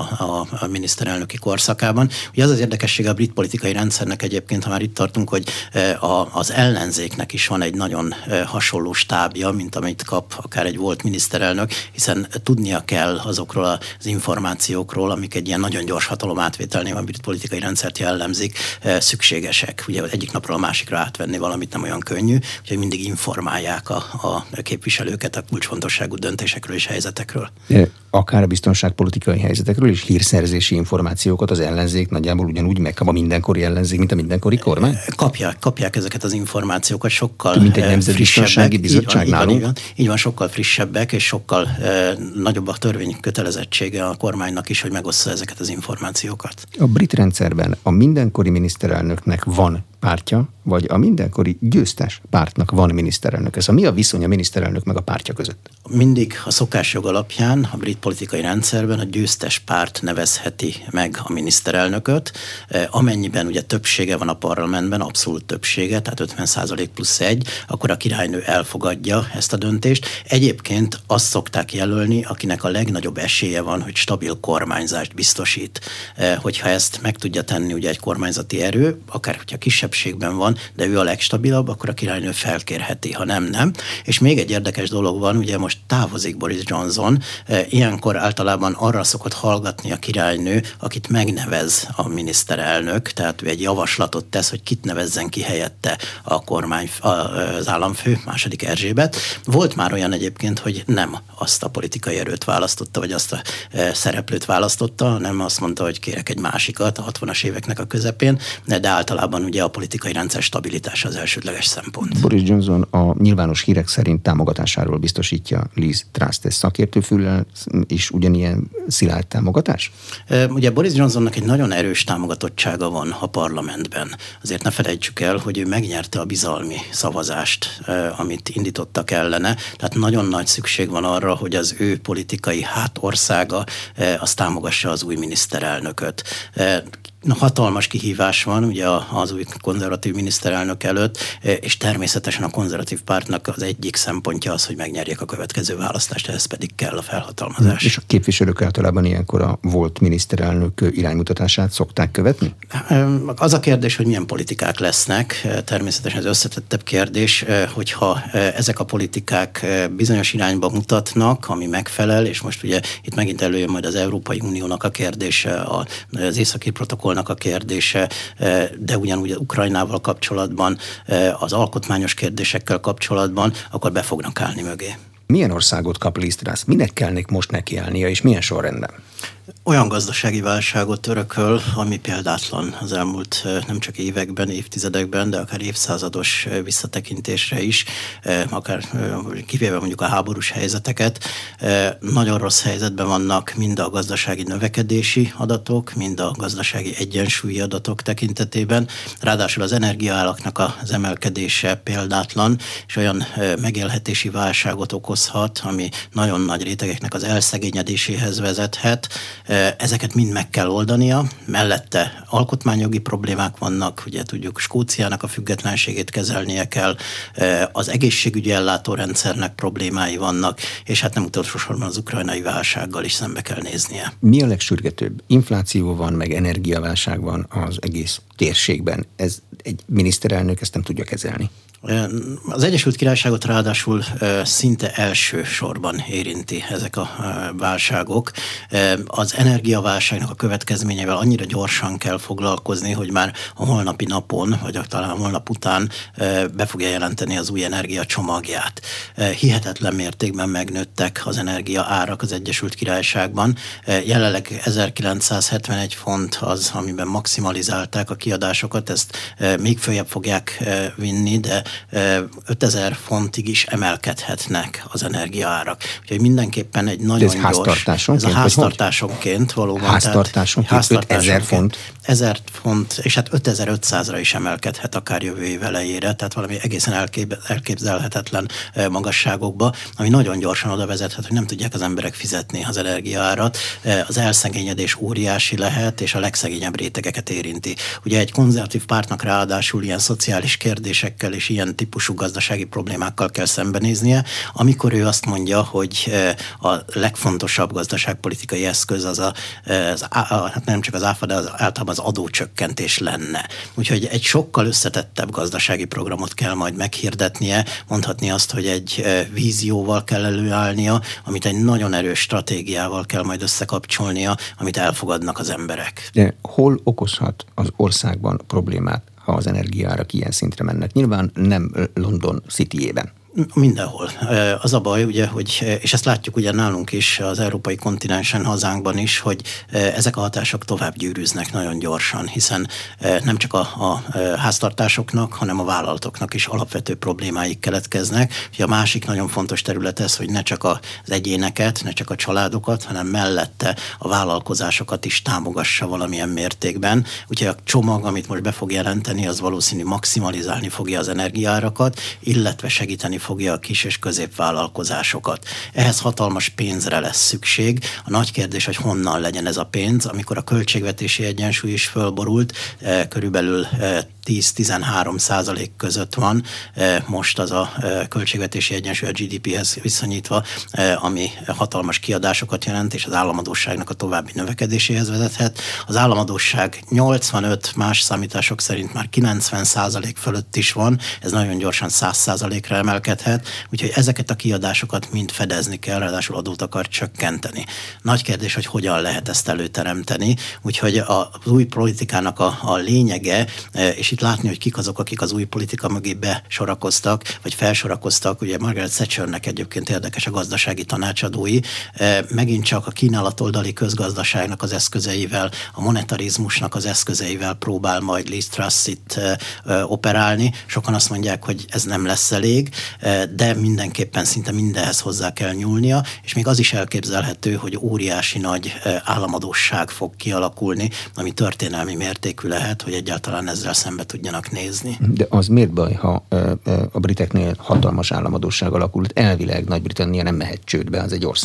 a miniszterelnöki korszakában. Ugye az érdekessége a brit politikai rendszernek egyébként, ha már itt tartunk, hogy az ellenzéknek is van egy nagyon hasonló stábja, mint amit kap akár egy volt miniszterelnök, hiszen tudnia kell azokról az információkról, amik egy ilyen nagyon gyors hatalomátvételnél a brit politikai rendszert jellemzik, szükségesek. Ugye egyik napról a másikra átvenni valamit nem olyan könnyű, úgyhogy mindig informálják a képviselőket a kulcsfontosságú döntésekről és helyzetekről. Akár a biztonságpolitikai helyzetekről és hírszerzési információkat az ellenzék nagyjából ugyanúgy megkap a mindenkori ellenzék, mint a mindenkori kormány? Kapják ezeket az információkat sokkal mint egy nemzetbiztonsági bizottság nálunk? Így van, sokkal frissebbek, és sokkal nagyobb a törvény kötelezettsége a kormánynak is, hogy megossza ezeket az információkat. A brit rendszerben a mindenkori miniszterelnöknek van pártja, vagy a mindenkori győztes pártnak van miniszterelnök? Ez mi a viszony a miniszterelnök meg a pártja között? Mindig a szokásjog alapján a brit politikai rendszerben a győztes párt nevezheti meg a miniszterelnököt, amennyiben ugye többsége van a parlamentben, abszolút többsége, tehát 50%+1, akkor a királynő elfogadja ezt a döntést. Egyébként azt szokták jelölni, akinek a legnagyobb esélye van, hogy stabil kormányzást biztosít. Hogyha ezt meg tudja tenni ugye egy kormányzati erő, akár hogyha kisebbségben van, de ő a legstabilabb, akkor a királynő felkérheti, ha nem. És még egy érdekes dolog van, ugye most távozik Boris Johnson, ilyenkor általában arra szokott hallgatni a királynő, akit megnevez a miniszterelnök, tehát ő egy javaslatot tesz, hogy kit nevezzen ki helyette a kormány, az államfő, második Erzsébet. Volt már olyan egyébként, hogy nem azt a politikai erőt választotta, vagy azt a szereplőt választotta, hanem azt mondta, hogy kérek egy másikat a 60-as éveknek a közepén, de általában ugye a politikai rendszer stabilitása az elsődleges szempont. Boris Johnson a nyilvános hírek szerint támogatásáról biztosítja Liz Truss-t, ez szakértőfüllel is ugyanilyen szilárd támogatás? Ugye Boris Johnsonnak egy nagyon erős támogatottsága van a parlamentben. Azért ne felejtsük el, hogy ő megnyerte a bizalmi szavazást, amit indítottak ellene, tehát nagyon nagy szükség van arra, hogy az ő politikai hátországa az támogassa az új miniszterelnököt. hatalmas kihívás van ugye az új konzervatív miniszterelnök előtt, és természetesen a konzervatív pártnak az egyik szempontja az, hogy megnyerjék a következő választást, ehhez pedig kell a felhatalmazás. És a képviselők általában ilyenkor a volt miniszterelnök iránymutatását szokták követni? Az a kérdés, hogy milyen politikák lesznek, természetesen ez összetettebb kérdés, hogyha ezek a politikák bizonyos irányba mutatnak, ami megfelel, és most ugye itt megint előjön majd az Európai Uniónak a kérdése, az északi protokollnak a kérdése, de ugyanúgy Ukrajnával kapcsolatban, az alkotmányos kérdésekkel kapcsolatban, akkor be fognak állni mögé. Milyen országot kap Liz Truss? Minek kellnek most nekiállnia, és milyen sorrendben? Olyan gazdasági válságot örököl, ami példátlan az elmúlt nem csak években, évtizedekben, de akár évszázados visszatekintésre is, akár kivéve mondjuk a háborús helyzeteket. Nagyon rossz helyzetben vannak mind a gazdasági növekedési adatok, mind a gazdasági egyensúlyi adatok tekintetében. Ráadásul az energiaáraknak az emelkedése példátlan, és olyan megélhetési válságot okozhat, ami nagyon nagy rétegeknek az elszegényedéséhez vezethet. Ezeket mind meg kell oldania, mellette alkotmányjogi problémák vannak, ugye tudjuk, Skóciának a függetlenségét kezelnie kell, az egészségügyi ellátórendszernek problémái vannak, és hát nem utolsó sorban az ukrajnai válsággal is szembe kell néznie. Mi a legsürgetőbb? Infláció van, meg energiaválság van az egész térségben. Ez egy miniszterelnök ezt nem tudja kezelni. Az Egyesült Királyságot ráadásul szinte első sorban érinti ezek a válságok. Az energiaválságnak a következményeivel annyira gyorsan kell foglalkozni, hogy már a holnapi napon, vagy talán a holnap után be fogja jelenteni az új energiacsomagját. Hihetetlen mértékben megnőttek az energia árak az Egyesült Királyságban. Jelenleg 1971 font az, amiben maximalizálták a kiadásokat, ezt még följebb fogják vinni, de 5000 fontig is emelkedhetnek az energiaárak. Úgyhogy mindenképpen egy nagyon gyors... háztartásonként? Ez a háztartásonként valóban. Háztartásonként 5000 font? 1000 font, és hát 5500-ra is emelkedhet akár jövő év elejére, tehát valami egészen elképzelhetetlen magasságokba, ami nagyon gyorsan oda vezethet, hogy nem tudják az emberek fizetni az energiaárat. Az elszegényedés óriási lehet, és a legszegényebb rétegeket érinti. Ugye egy konzervatív pártnak ráadásul ilyen szociális kérdésekkel és ilyen típusú gazdasági problémákkal kell szembenéznie, amikor ő azt mondja, hogy a legfontosabb gazdaságpolitikai eszköz az hát nem csak az áfa, de általában az adócsökkentés lenne. Úgyhogy egy sokkal összetettebb gazdasági programot kell majd meghirdetnie, mondhatni azt, hogy egy vízióval kell előállnia, amit egy nagyon erős stratégiával kell majd összekapcsolnia, amit elfogadnak az emberek. De hol okozhat az országban problémát, ha az energiaárak ilyen szintre mennek? Nyilván nem London Cityjében. Mindenhol. Az a baj, ugye, hogy, és ezt látjuk ugye nálunk is, az európai kontinensen, hazánkban is, hogy ezek a hatások tovább gyűrűznek nagyon gyorsan, hiszen nem csak a háztartásoknak, hanem a vállalatoknak is alapvető problémáik keletkeznek. Ugye a másik nagyon fontos terület ez, hogy ne csak az egyéneket, ne csak a családokat, hanem mellette a vállalkozásokat is támogassa valamilyen mértékben. Úgyhogy a csomag, amit most be fog jelenteni, az valószínű maximalizálni fogja az energiaárakat, illetve segíteni fogja a kis- és középvállalkozásokat. Ehhez hatalmas pénzre lesz szükség. A nagy kérdés, hogy honnan legyen ez a pénz, amikor a költségvetési egyensúly is fölborult, körülbelül 10-13% között van most az a költségvetési egyensúly a GDP-hez viszonyítva, ami hatalmas kiadásokat jelent, és az államadósságnak a további növekedéséhez vezethet. Az államadósság 85, más számítások szerint már 90% fölött is van, ez nagyon gyorsan 100%-ra emelkedhet, úgyhogy ezeket a kiadásokat mind fedezni kell, ráadásul adót akar csökkenteni. Nagy kérdés, hogy hogyan lehet ezt előteremteni, úgyhogy az új politikának a lényege, és itt látni, hogy kik azok, akik az új politika mögé besorakoztak, vagy felsorakoztak, ugye Margaret Thatchernek egyébként érdekes a gazdasági tanácsadói, megint csak a kínálatoldali közgazdaságnak az eszközeivel, a monetarizmusnak az eszközeivel próbál majd Liz Truss itt operálni. Sokan azt mondják, hogy ez nem lesz elég, de mindenképpen szinte mindenhez hozzá kell nyúlnia, és még az is elképzelhető, hogy óriási nagy államadósság fog kialakulni, ami történelmi mértékű lehet, hogy egyáltalán ezzel szembe tudjanak nézni. De az miért baj, ha a briteknél hatalmas államadósság alakult? Elvileg Nagy-Britannia nem mehet csődbe, az egy ország.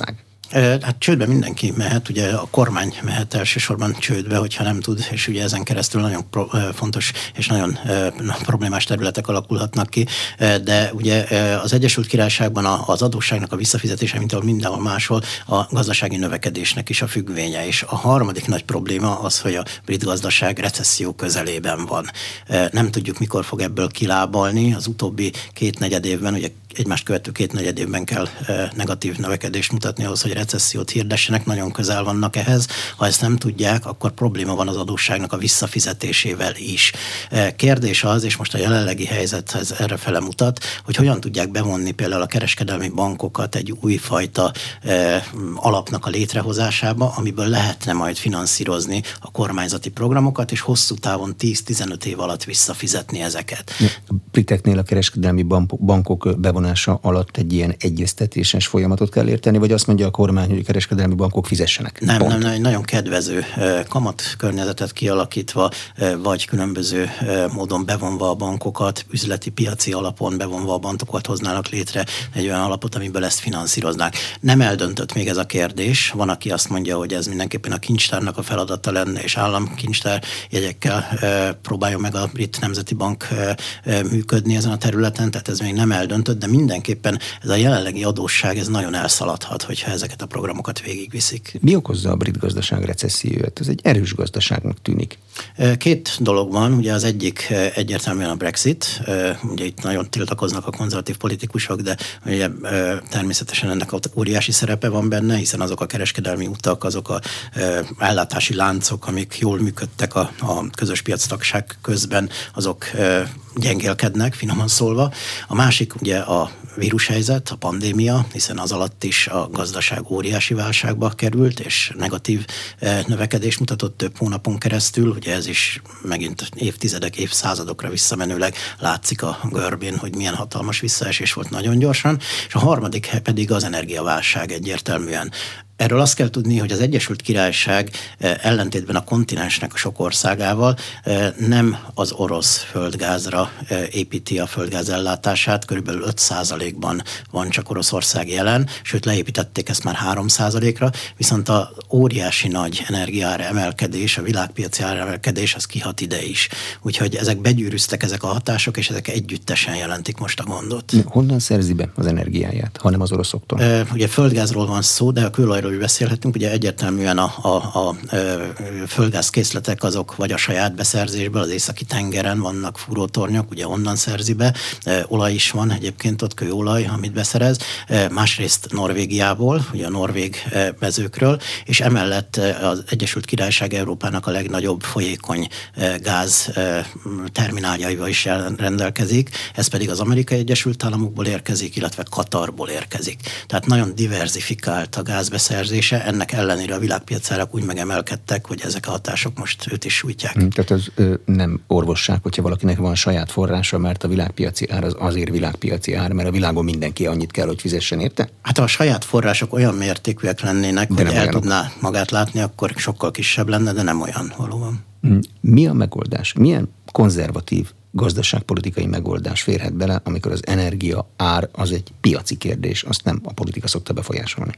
Hát csődbe mindenki mehet, ugye a kormány mehet elsősorban csődbe, hogyha nem tud, és ugye ezen keresztül nagyon fontos és nagyon problémás területek alakulhatnak ki, de ugye az Egyesült Királyságban az adósságnak a visszafizetése, mint ahol mindenhol máshol, a gazdasági növekedésnek is a függvénye, és a harmadik nagy probléma az, hogy a brit gazdaság recesszió közelében van. Nem tudjuk, mikor fog ebből kilábalni, az utóbbi 2-4 évben, ugye egymást követő 2-4 évben kell negatív növekedést mutatni ahhoz, hogy recessziót hirdessenek, nagyon közel vannak ehhez. Ha ezt nem tudják, akkor probléma van az adósságnak a visszafizetésével is. Kérdés az, és most a jelenlegi helyzet erre fele mutat, hogy hogyan tudják bevonni például a kereskedelmi bankokat egy újfajta alapnak a létrehozásába, amiből lehetne majd finanszírozni a kormányzati programokat, és hosszú távon 10-15 év alatt visszafizetni ezeket. A briteknél a kereskedelmi bankok bevonása alatt egy ilyen egyeztetéses folyamatot kell érteni, vagy azt mondja a kormány, hogy a kereskedelmi bankok fizessenek? Nem, nagyon kedvező kamatkörnyezetet kialakítva, vagy különböző módon bevonva a bankokat, üzleti piaci alapon bevonva a bankokat hoznának létre egy olyan alapot, amiből ezt finanszíroznák. Nem eldöntött még ez a kérdés. Van, aki azt mondja, hogy ez mindenképpen a kincstárnak a feladata lenne, és államkincstár jegyekkel próbálja meg a Brit Nemzeti Bank működni ezen a területen, tehát ez még nem eldöntött, de mindenképpen ez a jelenlegi adósság, ez nagyon elszaladhat, hogyha ezeket a programokat végigviszik. Mi okozza a brit gazdaság recesszióját? Ez egy erős gazdaságnak tűnik. 2 dolog van, ugye az egyik egyértelműen a Brexit, ugye itt nagyon tiltakoznak a konzervatív politikusok, de ugye természetesen ennek óriási szerepe van benne, hiszen azok a kereskedelmi utak, azok a ellátási láncok, amik jól működtek a közös piactagság közben, azok gyengélkednek, finoman szólva. A másik ugye a vírushelyzet, a pandémia, hiszen az alatt is a gazdaság óriási válságba került, és negatív növekedést mutatott több hónapon keresztül. Ugye ez is megint évtizedek, évszázadokra visszamenőleg látszik a görbén, hogy milyen hatalmas visszaesés volt nagyon gyorsan. És a harmadik pedig az energiaválság egyértelműen. Erről azt kell tudni, hogy az Egyesült Királyság ellentétben a kontinensnek a sok országával nem az orosz földgázra építi a földgáz ellátását, körülbelül 5%-ban van csak Oroszország jelen, sőt leépítették ezt már 3%-ra, viszont a óriási nagy energiaára emelkedés, a világpiaci áremelkedés, az kihat ide is. Úgyhogy ezek begyűrűztek ezek a hatások, és ezek együttesen jelentik most a gondot. Honnan szerzi be az energiáját, ha nem az oroszoktól? Ugye földgázról van szó, de a kőolajról beszélhetünk, ugye egyértelműen a földgázkészletek azok vagy a saját beszerzésből, az északi tengeren vannak fúrótornyok, ugye onnan szerzi be, olaj is van egyébként ott, kőolaj, amit beszerez, másrészt Norvégiából, ugye a norvég mezőkről, és emellett az Egyesült Királyság Európának a legnagyobb folyékony gáz termináljaival is rendelkezik, ez pedig az Amerikai Egyesült Államokból érkezik, illetve Katarból érkezik. Tehát nagyon diverzifikált a gázbeszerzés, ennek ellenére a világpiacárak úgy megemelkedtek, hogy ezek a hatások most őt is sújtják. Tehát ez nem orvosság, hogyha valakinek van saját forrása, mert a világpiaci ár az azért világpiaci ár, mert a világon mindenki annyit kell, hogy fizessen érte? Hát ha a saját források olyan mértékűek lennének, hogy el tudná magát látni, akkor sokkal kisebb lenne, de nem olyan valóban. Mi a megoldás? Milyen konzervatív gazdaságpolitikai megoldás férhet bele, amikor az energia ár az egy piaci kérdés, azt nem a politika szokta befolyásolni?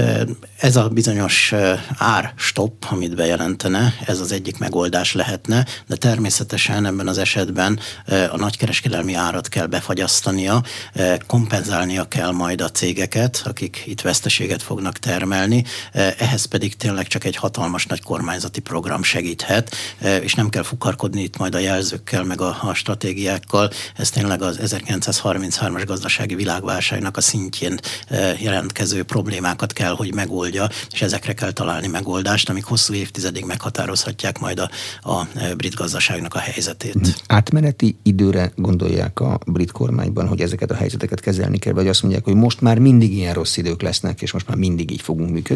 Ez a bizonyos árstopp, amit bejelentene, ez az egyik megoldás lehetne, de természetesen ebben az esetben a nagykereskedelmi árat kell befagyasztania, kompenzálnia kell majd a cégeket, akik itt veszteséget fognak termelni, ehhez pedig tényleg csak egy hatalmas nagy kormányzati program segíthet, és nem kell fukarkodni itt majd a jelzőkkel, meg a stratégiákkal, ez tényleg az 1933-as gazdasági világválságnak a szintjén jelentkező problémákat kell, hogy megoldja, és ezekre kell találni megoldást, amik hosszú évtizedig meghatározhatják majd a brit gazdaságnak a helyzetét. Átmeneti időre gondolják a brit kormányban, hogy ezeket a helyzeteket kezelni kell, vagy azt mondják, hogy most már mindig ilyen rossz idők lesznek, és most már mindig így fogunk működni?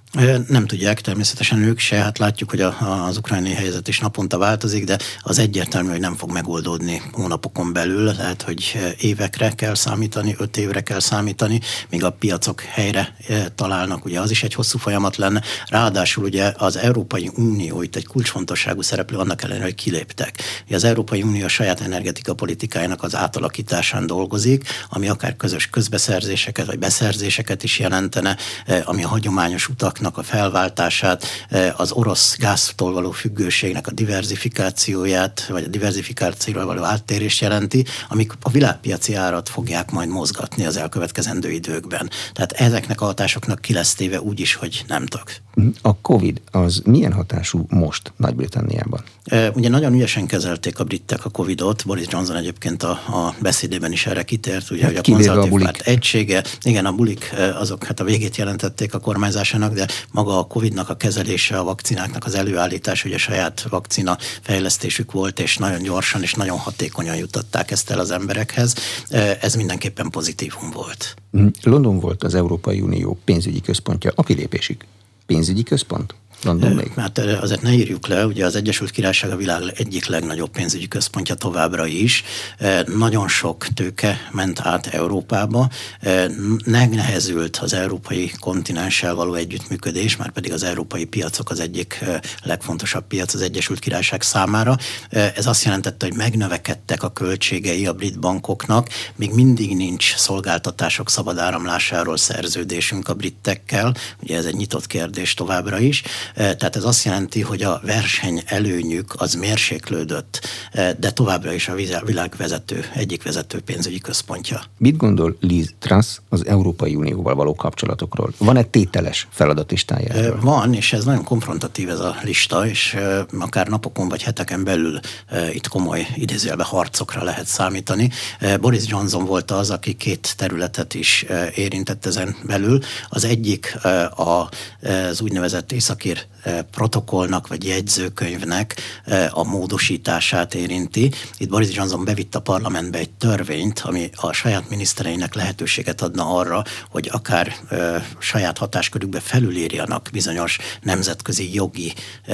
Nem tudják természetesen ők se, hát látjuk, hogy az ukrajnai helyzet is naponta változik, de az egyértelmű, hogy nem fog megoldódni hónapokon belül, lehet, hogy évekre kell számítani, 5 évre kell számítani, míg a piacok helyre találnak, ugye az is egy hosszú folyamat lenne. Ráadásul ugye az Európai Unió itt egy kulcsfontosságú szereplő, annak ellenére, hogy kiléptek. Ugye az Európai Unió a saját energetika politikájának az átalakításán dolgozik, ami akár közös közbeszerzéseket vagy beszerzéseket is jelentene, ami a hagyományos utaknak a felváltását, az orosz gáztól való függőségnek a diverzifikációját, vagy a diverzifikációról való áttérést jelenti, amik a világpiaci árat fogják majd mozgatni az elkövetkezendő időkben. Tehát ezeknek a hatásoknak ki lesz téve úgy is, hogy nem tag. A Covid az milyen hatású most Nagy-Britanniában? Ugye nagyon ügyesen kezelték a britek a Covidot, Boris Johnson egyébként a beszédében is erre kitért, ugye, hogy a konzervatív párt egysége, igen, a bulik azok hát a végét jelentették a kormányzásának, de maga a Covidnak a kezelése, a vakcináknak az előállítása, ugye saját vakcina fejlesztésük volt, és nagyon gyorsan és nagyon hatékonyan jutották ezt el az emberekhez. Ez mindenképpen pozitívum volt. London volt az Európai Unió pénzügyi központja a kilépésig. Pénzügyi központ? London még? Hát azért ne írjuk le, ugye az Egyesült Királyság a világ egyik legnagyobb pénzügyi központja továbbra is. Nagyon sok tőke ment át Európába, megnehezült az európai kontinenssel való együttműködés, már pedig az európai piacok az egyik legfontosabb piac az Egyesült Királyság számára. Ez azt jelentette, hogy megnövekedtek a költségei a brit bankoknak, még mindig nincs szolgáltatások szabad áramlásáról szerződésünk a britekkel, ugye ez egy nyitott kérdés továbbra is. Tehát ez azt jelenti, hogy a verseny előnyük az mérséklődött, de továbbra is a világ egyik vezető pénzügyi központja. Mit gondol Liz Truss az Európai Unióval való kapcsolatokról? Van-e tételes feladatlistája? Van, és ez nagyon konfrontatív ez a lista, és akár napokon vagy heteken belül itt komoly idézőjelben harcokra lehet számítani. Boris Johnson volt az, aki 2 területet is érintett ezen belül. Az egyik az úgynevezett északír protokollnak vagy jegyzőkönyvnek a módosítását érinti. Itt Boris Johnson bevitt a parlamentbe egy törvényt, ami a saját minisztereinek lehetőséget adna arra, hogy akár saját hatáskörükbe felülírjanak bizonyos nemzetközi jogi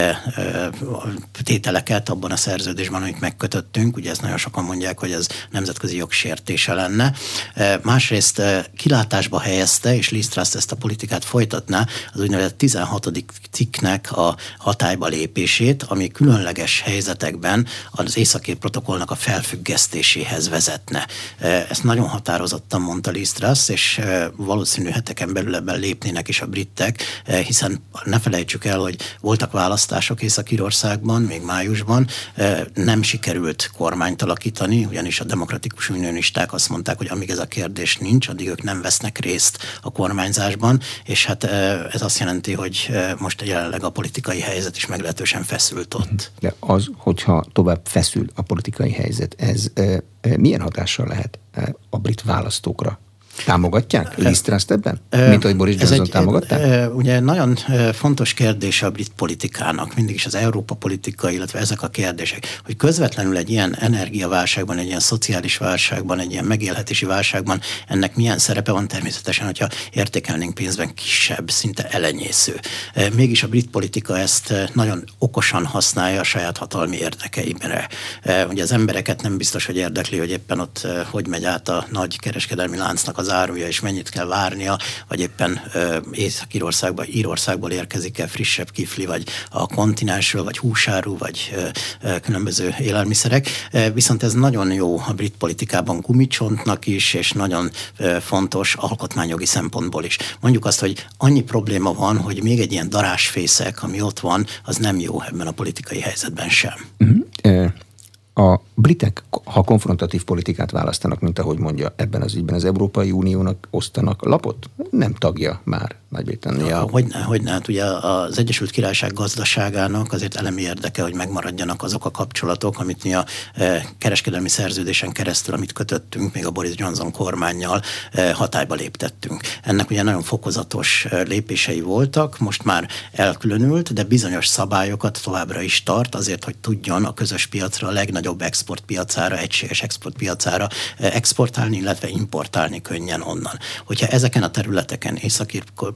tételeket abban a szerződésben, amit megkötöttünk. Ugye ezt nagyon sokan mondják, hogy ez nemzetközi jogsértése lenne. Másrészt kilátásba helyezte, és Liz Truss ezt a politikát folytatná, az úgynevezett 16. cikknek a hatályba lépését, ami különleges helyzetekben az északír protokollnak a felfüggesztéséhez vezetne. Ezt nagyon határozottan mondta Liz Truss, és valószínű heteken belül ebben lépnének is a britek, hiszen ne felejtsük el, hogy voltak választások Észak-Írországban, még májusban, nem sikerült kormányt alakítani, ugyanis a demokratikus unionisták azt mondták, hogy amíg ez a kérdés nincs, addig ők nem vesznek részt a kormányzásban, és hát ez azt jelenti, hogy most jelenleg a politikai helyzet is meglehetősen feszült ott. De az, hogyha tovább feszül a politikai helyzet, ez milyen hatással lehet a brit választókra? Támogatják Liz Trust ebben? Mint ahogy Boris Johnson támogatták? Ugye nagyon fontos kérdés a brit politikának, mindig is az Európa politika, illetve ezek a kérdések, hogy közvetlenül egy ilyen energiaválságban, egy ilyen szociális válságban, egy ilyen megélhetési válságban ennek milyen szerepe van, természetesen, hogyha értékelnénk pénzben, kisebb, szinte elenyésző. Mégis a brit politika ezt nagyon okosan használja a saját hatalmi érdekeiben. Ugye az embereket nem biztos, hogy érdekli, hogy éppen ott hogy megy át a nagy kereskedelmi láncnak az áruja, és mennyit kell várnia, vagy éppen Írországból érkezik-e frissebb kifli, vagy a kontinensről, vagy húsáru, vagy különböző élelmiszerek. Viszont ez nagyon jó a brit politikában gumicsontnak is, és nagyon fontos alkotmányjogi szempontból is. Mondjuk azt, hogy annyi probléma van, hogy még egy ilyen darásfészek, ami ott van, az nem jó ebben a politikai helyzetben sem. A britek, ha konfrontatív politikát választanak, mint ahogy mondja ebben az ügyben, az Európai Uniónak osztanak lapot? Nem tagja már Nagy-Britannia. Hogyne. Hát ugye az Egyesült Királyság gazdaságának azért elemi érdeke, hogy megmaradjanak azok a kapcsolatok, amit mi a kereskedelmi szerződésen keresztül, amit kötöttünk, még a Boris Johnson kormánnyal hatályba léptettünk. Ennek ugye nagyon fokozatos lépései voltak, most már elkülönült, de bizonyos szabályokat továbbra is tart, azért, hogy tudjon a közös piacra, a legnagyobb exportpiacára, egységes exportpiacára exportálni, illetve importálni könnyen onnan. Hogyha ezeken a területeken északír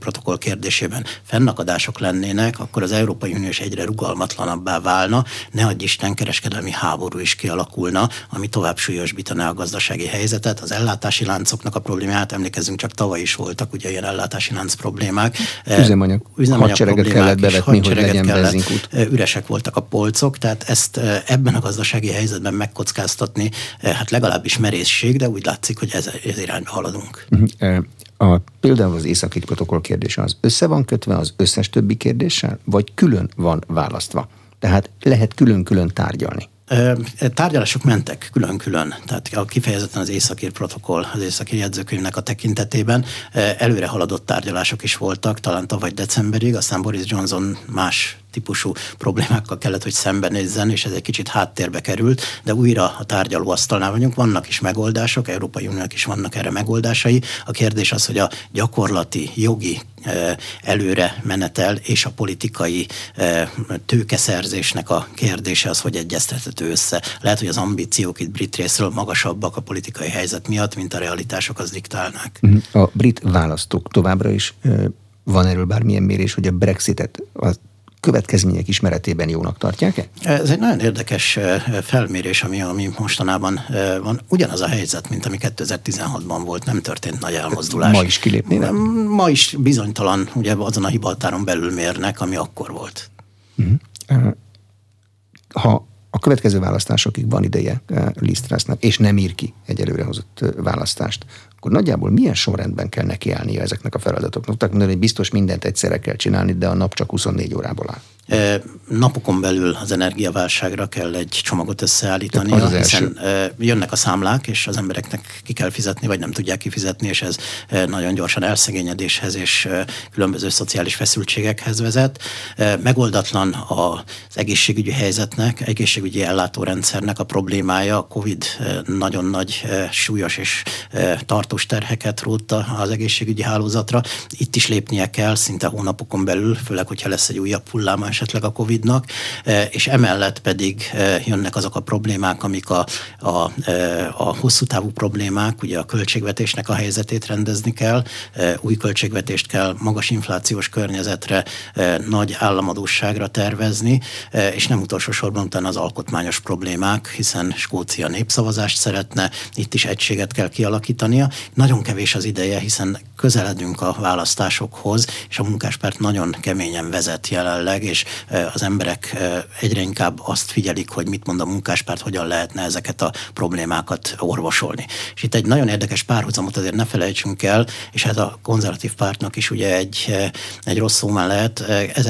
protokoll kérdésében fennakadások lennének, akkor az Európai Unió is egyre rugalmatlanabbá válna, ne adj Isten, kereskedelmi háború is kialakulna, ami tovább súlyosbítaná a gazdasági helyzetet, az ellátási láncoknak a problémáját, emlékezzünk, csak tavaly is voltak ugye ilyen ellátási lánc problémák. Üzemanyag hadsereget kellett bevetni, hogy legyen benzinkút. Üresek voltak a polcok, tehát ezt ebben a gazdasági helyzetben megkockáztatni, hát legalábbis merészség, de úgy látszik, hogy ez irányba haladunk. Például az északi protokoll kérdése az össze van kötve az összes többi kérdéssel, vagy külön van választva? Tehát lehet külön-külön tárgyalni? Tárgyalások mentek külön-külön, tehát kifejezetten az északír protokoll, az északír jegyzőkönyvnek a tekintetében előre haladott tárgyalások is voltak, talán tavaly decemberig, aztán Boris Johnson más típusú problémákkal kellett, hogy szembenézzen, és ez egy kicsit háttérbe került, de újra a tárgyalóasztalnál vagyunk, vannak is megoldások, Európai Uniónak is vannak erre megoldásai. A kérdés az, hogy a gyakorlati, jogi előre menetel és a politikai tőkeszerzésnek a kérdése az, hogy egyeztethető össze. Lehet, hogy az ambíciók itt brit részről magasabbak a politikai helyzet miatt, mint a realitások az diktálnák. A brit választók továbbra is van erről bármilyen mérés, hogy a Brexitet a következmények ismeretében jónak tartják-e? Ez egy nagyon érdekes felmérés, ami mostanában van. Ugyanaz a helyzet, mint ami 2016-ban volt, nem történt nagy elmozdulás. Ma is kilépnének? Ma is bizonytalan, ugye azon a hibahatáron belül mérnek, ami akkor volt. Ha a következő választásokig van ideje Liz Trussnak, és nem ír ki egy előrehozott választást, akkor nagyjából milyen sorrendben kell nekiállnia ezeknek a feladatoknak? Tehát mondani, hogy biztos mindent egyszerre kell csinálni, de a nap csak 24 órából áll. Napokon belül az energiaválságra kell egy csomagot összeállítani, hiszen jönnek a számlák, és az embereknek ki kell fizetni, vagy nem tudják kifizetni, és ez nagyon gyorsan elszegényedéshez és különböző szociális feszültségekhez vezet. Megoldatlan az egészségügyi helyzetnek, egészségügyi ellátórendszernek a problémája. A Covid nagyon nagy, súlyos és tartós terheket rótta az egészségügyi hálózatra. Itt is lépnie kell szinte hónapokon belül, főleg, hogyha lesz egy újabb hulláma esetleg a Covid-nak, és emellett pedig jönnek azok a problémák, amik a hosszú távú problémák, ugye a költségvetésnek a helyzetét rendezni kell, új költségvetést kell magas inflációs környezetre, nagy államadósságra tervezni, és nem utolsó sorban utána az alkotmányos problémák, hiszen Skócia népszavazást szeretne, itt is egységet kell kialakítania. Nagyon kevés az ideje, hiszen közeledünk a választásokhoz, és a Munkáspárt nagyon keményen vezet jelenleg, és az emberek egyre inkább azt figyelik, hogy mit mond a Munkáspárt, hogyan lehetne ezeket a problémákat orvosolni. És itt egy nagyon érdekes párhuzamot azért ne felejtsünk el, és ez a konzervatív pártnak is ugye egy rossz szó már lehet.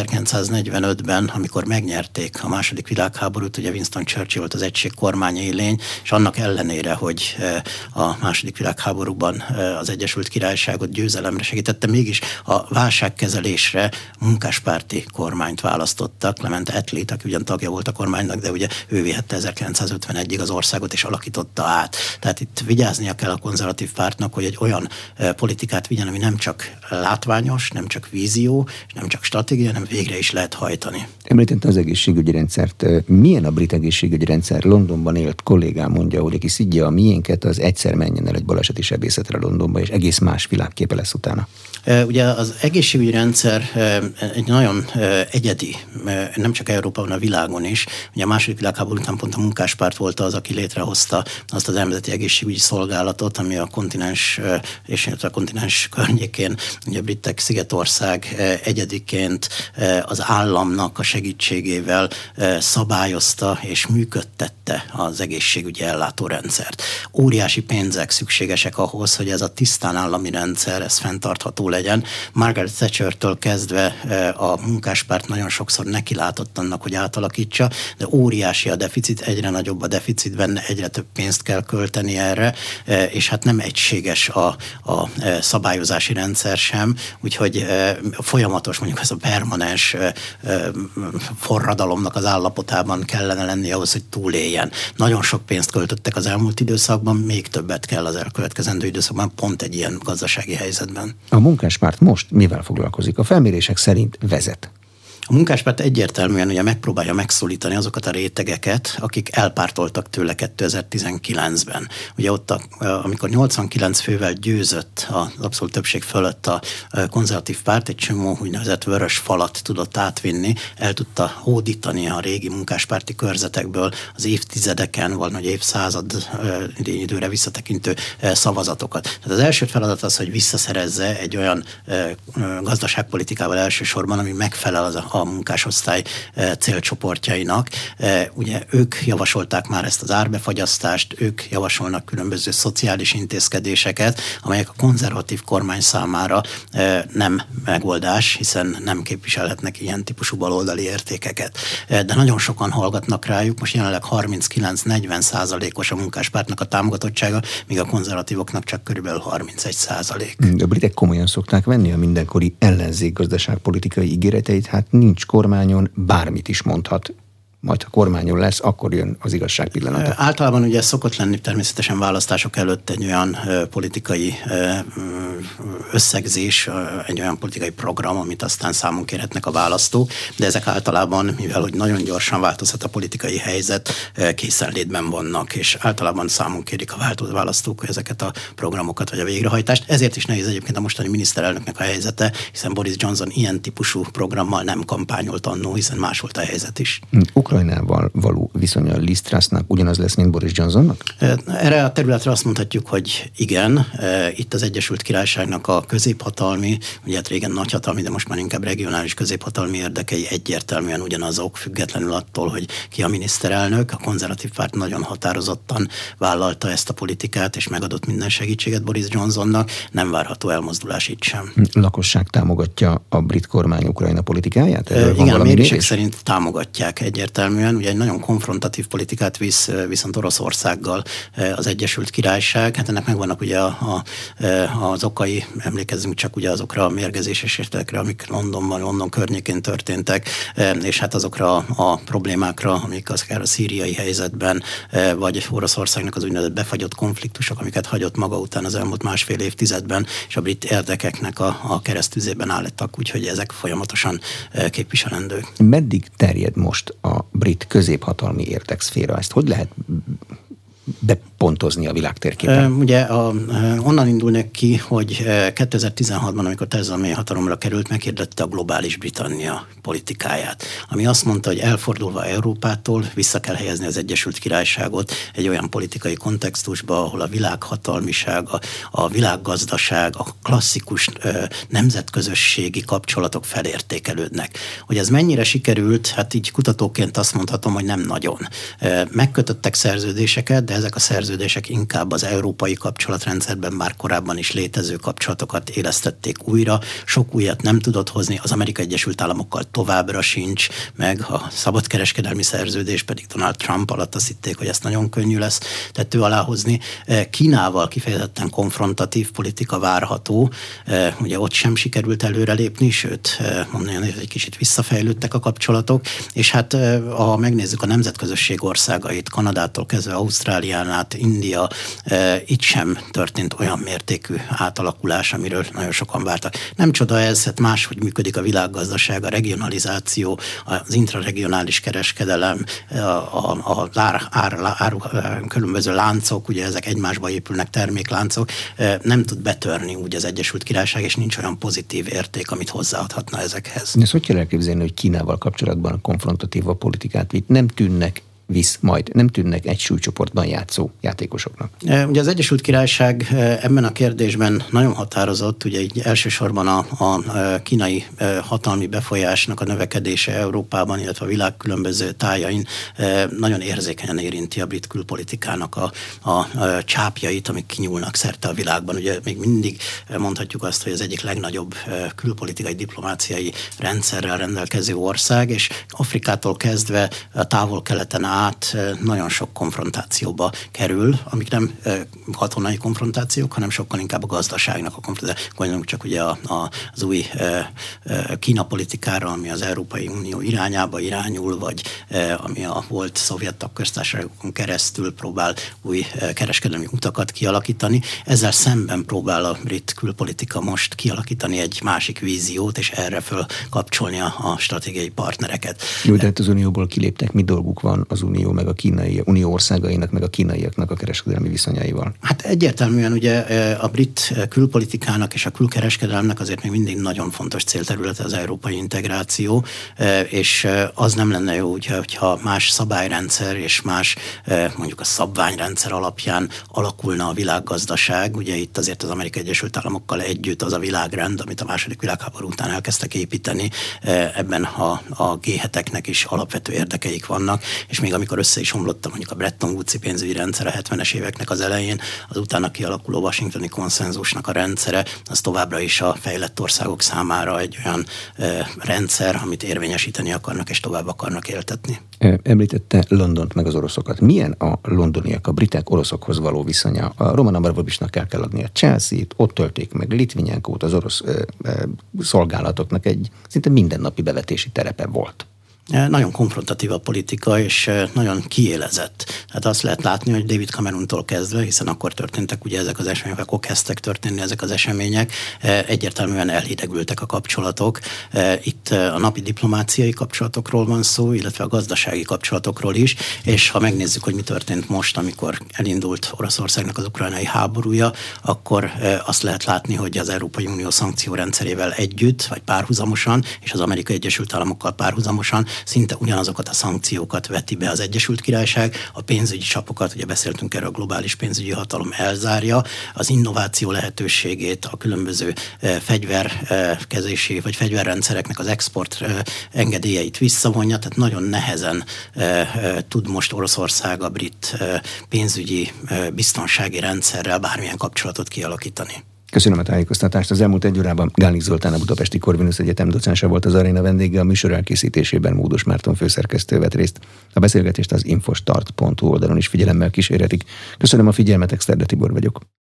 1945-ben, amikor megnyerték a második világháborút, ugye Winston Churchill volt az egység kormány élény, és annak ellenére, hogy a második világháborúban az Egyesült Királyságot győzelemre segítette, mégis a válságkezelésre munkáspárti kormányt választottak. Clement Attlee, aki ugyan tagja volt a kormánynak, de ugye ő vihette 1951-ig az országot és alakította át. Tehát itt vigyáznia kell a konzervatív pártnak, hogy egy olyan politikát vigyen, ami nem csak látványos, nem csak vízió, és nem csak stratégia, hanem végre is lehet hajtani. Említette az egészségügyi rendszert. Milyen a brit egészségügyi rendszer? Londonban élt kollégám mondja, hogy aki szidja a miénket, az egyszer menjen el egy baleseti sebészetre Londonba, és egész más világképe lesz utána. Ugye az egészségügyi rendszer egy nagyon egyedi, nem csak Európában, a világon is. Ugye a második világháború után pont a Munkáspárt volt az, aki létrehozta azt az Nemzeti Egészségügyi Szolgálatot, ami a kontinens és a kontinens környékén, ugye a britek Szigetország egyediként az államnak a segítségével szabályozta és működtette az egészségügyi ellátórendszert. Óriási pénzek szükségesek ahhoz, hogy ez a tisztán állami rendszer, ez fenntartható legyen. Margaret Thatchertől kezdve a Munkáspárt nagyon sokszor nekilátott annak, hogy átalakítsa, de óriási a deficit, egyre nagyobb a deficit benne, egyre több pénzt kell költeni erre, és hát nem egységes a szabályozási rendszer sem, úgyhogy folyamatos, mondjuk ez a permanens forradalomnak az állapotában kellene lenni ahhoz, hogy túléljen. Nagyon sok pénzt költöttek az elmúlt időszakban, még többet kell az elkövetkezendő időszakban, pont egy ilyen gazdasági helyzetben. A Munkáspárt most mivel foglalkozik? A felmérések szerint vezet. A munkáspárt egyértelműen ugye megpróbálja megszólítani azokat a rétegeket, akik elpártoltak tőle 2019-ben. Ugye ott, amikor 89 fővel győzött az abszolút többség fölött a konzervatív párt, egy csomó úgynevezett vörös falat tudott átvinni, el tudta hódítani a régi munkáspárti körzetekből az évtizedeken, vagy évszázad időre visszatekintő szavazatokat. Tehát az első feladat az, hogy visszaszerezze egy olyan gazdaságpolitikával elsősorban, ami megfelel a munkásosztály célcsoportjainak. Ugye ők javasolták már ezt az árbefagyasztást, ők javasolnak különböző szociális intézkedéseket, amelyek a konzervatív kormány számára nem megoldás, hiszen nem képviselhetnek ilyen típusú baloldali értékeket. De nagyon sokan hallgatnak rájuk, most jelenleg 39-40% a munkáspártnak a támogatottsága, míg a konzervatívoknak csak körülbelül 31%. A britek komolyan szokták venni a mindenkori ellenzék gazdaságpolitikai ígéreteit, hát nincs kormányon, bármit is mondhat. Majd ha kormányon lesz, akkor jön az igazság pillanata. Általában ugye szokott lenni természetesen választások előtt egy olyan politikai összegzés, egy olyan politikai program, amit aztán számon kérhetnek a választók, de ezek általában, mivel hogy nagyon gyorsan változhat a politikai helyzet, készenlétben vannak, és általában számon kérik a választók ezeket a programokat vagy a végrehajtást. Ezért is nehéz egyébként a mostani miniszterelnöknek a helyzete, hiszen Boris Johnson ilyen típusú programmal nem kampányolt annó, hiszen más volt a helyzet is. Ukrajnával való viszonya Liz Trussnak ugyanaz lesz, mint Boris Johnsonnak? Erre a területre azt mondhatjuk, hogy igen. Itt az Egyesült Királyságnak a középhatalmi, ugye hát régen nagyhatalmi, de most már inkább regionális középhatalmi érdekei egyértelműen ugyanazok, függetlenül attól, hogy ki a miniszterelnök. A konzervatív párt nagyon határozottan vállalta ezt a politikát, és megadott minden segítséget Boris Johnsonnak. Nem várható elmozdulás itt sem. Lakosság támogatja a brit kormány Ukrajna politikáját? Igen, a mérések szerint támogatják egyértelműen. Ugye egy nagyon konfrontatív politikát visz viszont Oroszországgal az Egyesült Királyság. Hát ennek megvannak ugye az okai, emlékezzünk csak ugye azokra a mérgezéses esetekre, amik London környékén történtek, és hát azokra a problémákra, amik akár a szíriai helyzetben, vagy Oroszországnak az úgynevezett befagyott konfliktusok, amiket hagyott maga után az elmúlt másfél évtizedben, és a brit érdekeknek a keresztüzében álltak, úgyhogy ezek folyamatosan képviselendők. Meddig terjed most a brit középhatalmi érdekszféra? Ezt hogy lehet bepontozni a világtérképen? Ugye onnan indulnak ki, hogy 2016-ban, amikor Theresa May hatalomra került, meghirdette a globális Britannia politikáját, ami azt mondta, hogy elfordulva Európától vissza kell helyezni az Egyesült Királyságot egy olyan politikai kontextusba, ahol a világhatalmiság, a világgazdaság, a klasszikus nemzetközösségi kapcsolatok felértékelődnek. Hogy ez mennyire sikerült, hát így kutatóként azt mondhatom, hogy nem nagyon. Megkötöttek szerződéseket, de ezek a szerződések inkább az európai kapcsolatrendszerben már korábban is létező kapcsolatokat élesztették újra. Sok újat nem tudott hozni, az Amerikai Egyesült Államokkal továbbra sincs, meg a szabadkereskedelmi szerződés pedig Donald Trump alatt azt hitték, hogy ezt nagyon könnyű lesz tető alá hozni. Kínával kifejezetten konfrontatív politika várható, ugye ott sem sikerült előrelépni, sőt, mondani, hogy egy kicsit visszafejlődtek a kapcsolatok, és hát ha megnézzük a nemzetközösség országait, Kanadától kezdve Ausztrálián át, India, itt sem történt olyan mértékű átalakulás, amiről nagyon sokan vártak. Nem csoda ez, hát máshogy működik a világgazdaság, a regionalizáció, az intraregionális kereskedelem, különböző láncok, ugye ezek egymásba épülnek, termékláncok, nem tud betörni úgy az Egyesült Királyság, és nincs olyan pozitív érték, amit hozzáadhatna ezekhez. Ezt hogy kell elképzelni, hogy Kínával kapcsolatban konfrontatív a politikát vitt? Nem tűnnek egy súlycsoportban játszó játékosoknak. Ugye az Egyesült Királyság ebben a kérdésben nagyon határozott, ugye így elsősorban a kínai hatalmi befolyásnak a növekedése Európában, illetve a világ különböző tájain nagyon érzékenyen érinti a brit külpolitikának a csápjait, amik kinyúlnak szerte a világban. Ugye még mindig mondhatjuk azt, hogy az egyik legnagyobb külpolitikai diplomáciai rendszerrel rendelkező ország, és Afrikától kezdve a Távol-Keleten át nagyon sok konfrontációba kerül, amik nem katonai konfrontációk, hanem sokkal inkább a gazdaságnak a konfrontációk. Gondoljunk csak ugye az új Kína politikára, ami az Európai Unió irányába irányul, vagy ami a volt szovjet tagköztársaságokon keresztül próbál új kereskedelmi utakat kialakítani. Ezzel szemben próbál a brit külpolitika most kialakítani egy másik víziót, és erre föl kapcsolni a stratégiai partnereket. Jó, de hát az Unióból kiléptek, mi dolguk van az Unió meg a kínai, Unió országainak meg a kínaiaknak a kereskedelmi viszonyaival? Hát egyértelműen ugye a brit külpolitikának és a külkereskedelemnek azért még mindig nagyon fontos célterülete az európai integráció, és az nem lenne jó, hogyha más szabályrendszer és más mondjuk a szabványrendszer alapján alakulna a világgazdaság. Ugye itt azért az Amerikai Egyesült Államokkal együtt az a világrend, amit a második világháború után elkezdtek építeni, ebben a G7-eknek is alapvető érdekeik vannak, és még amikor össze is omlott mondjuk a Bretton Woods-i pénzügyi rendszer a 70-es éveknek az elején, az utána kialakuló washingtoni konszenzusnak a rendszere, az továbbra is a fejlett országok számára egy olyan rendszer, amit érvényesíteni akarnak és tovább akarnak éltetni. Említette Londont meg az oroszokat. Milyen a londoniak, a britek oroszokhoz való viszonya? A Roman Abramovicsnak el kell adni a Chelsea-t, ott tölték meg Litvinyenkót, az orosz szolgálatoknak egy szinte mindennapi bevetési terepe volt. Nagyon konfrontatív a politika, és nagyon kiélezett. Hát azt lehet látni, hogy David Camerontól kezdve, hiszen akkor történtek ugye ezek az események, akkor kezdtek történni ezek az események, egyértelműen elhidegültek a kapcsolatok. Itt a napi diplomáciai kapcsolatokról van szó, illetve a gazdasági kapcsolatokról is, és ha megnézzük, hogy mi történt most, amikor elindult Oroszországnak az ukrajnai háborúja, akkor azt lehet látni, hogy az Európai Unió szankciórendszerével együtt, vagy párhuzamosan, és az Amerikai Egyesült Államokkal párhuzamosan szinte ugyanazokat a szankciókat veti be az Egyesült Királyság, a pénzügyi csapokat, ugye beszéltünk erről, a globális pénzügyi hatalom elzárja, az innováció lehetőségét, a különböző fegyverkezési vagy fegyverrendszereknek az export engedélyeit visszavonja, tehát nagyon nehezen tud most Oroszország a brit pénzügyi biztonsági rendszerrel bármilyen kapcsolatot kialakítani. Köszönöm a tájékoztatást. Az elmúlt egy órában Gálik Zoltán, a Budapesti Corvinus Egyetem docense volt az aréna vendége, a műsor elkészítésében Módos Márton főszerkesztő vett részt. A beszélgetést az infostart.hu oldalon is figyelemmel kísérhetik. Köszönöm a figyelmet, Exterde Tibor vagyok.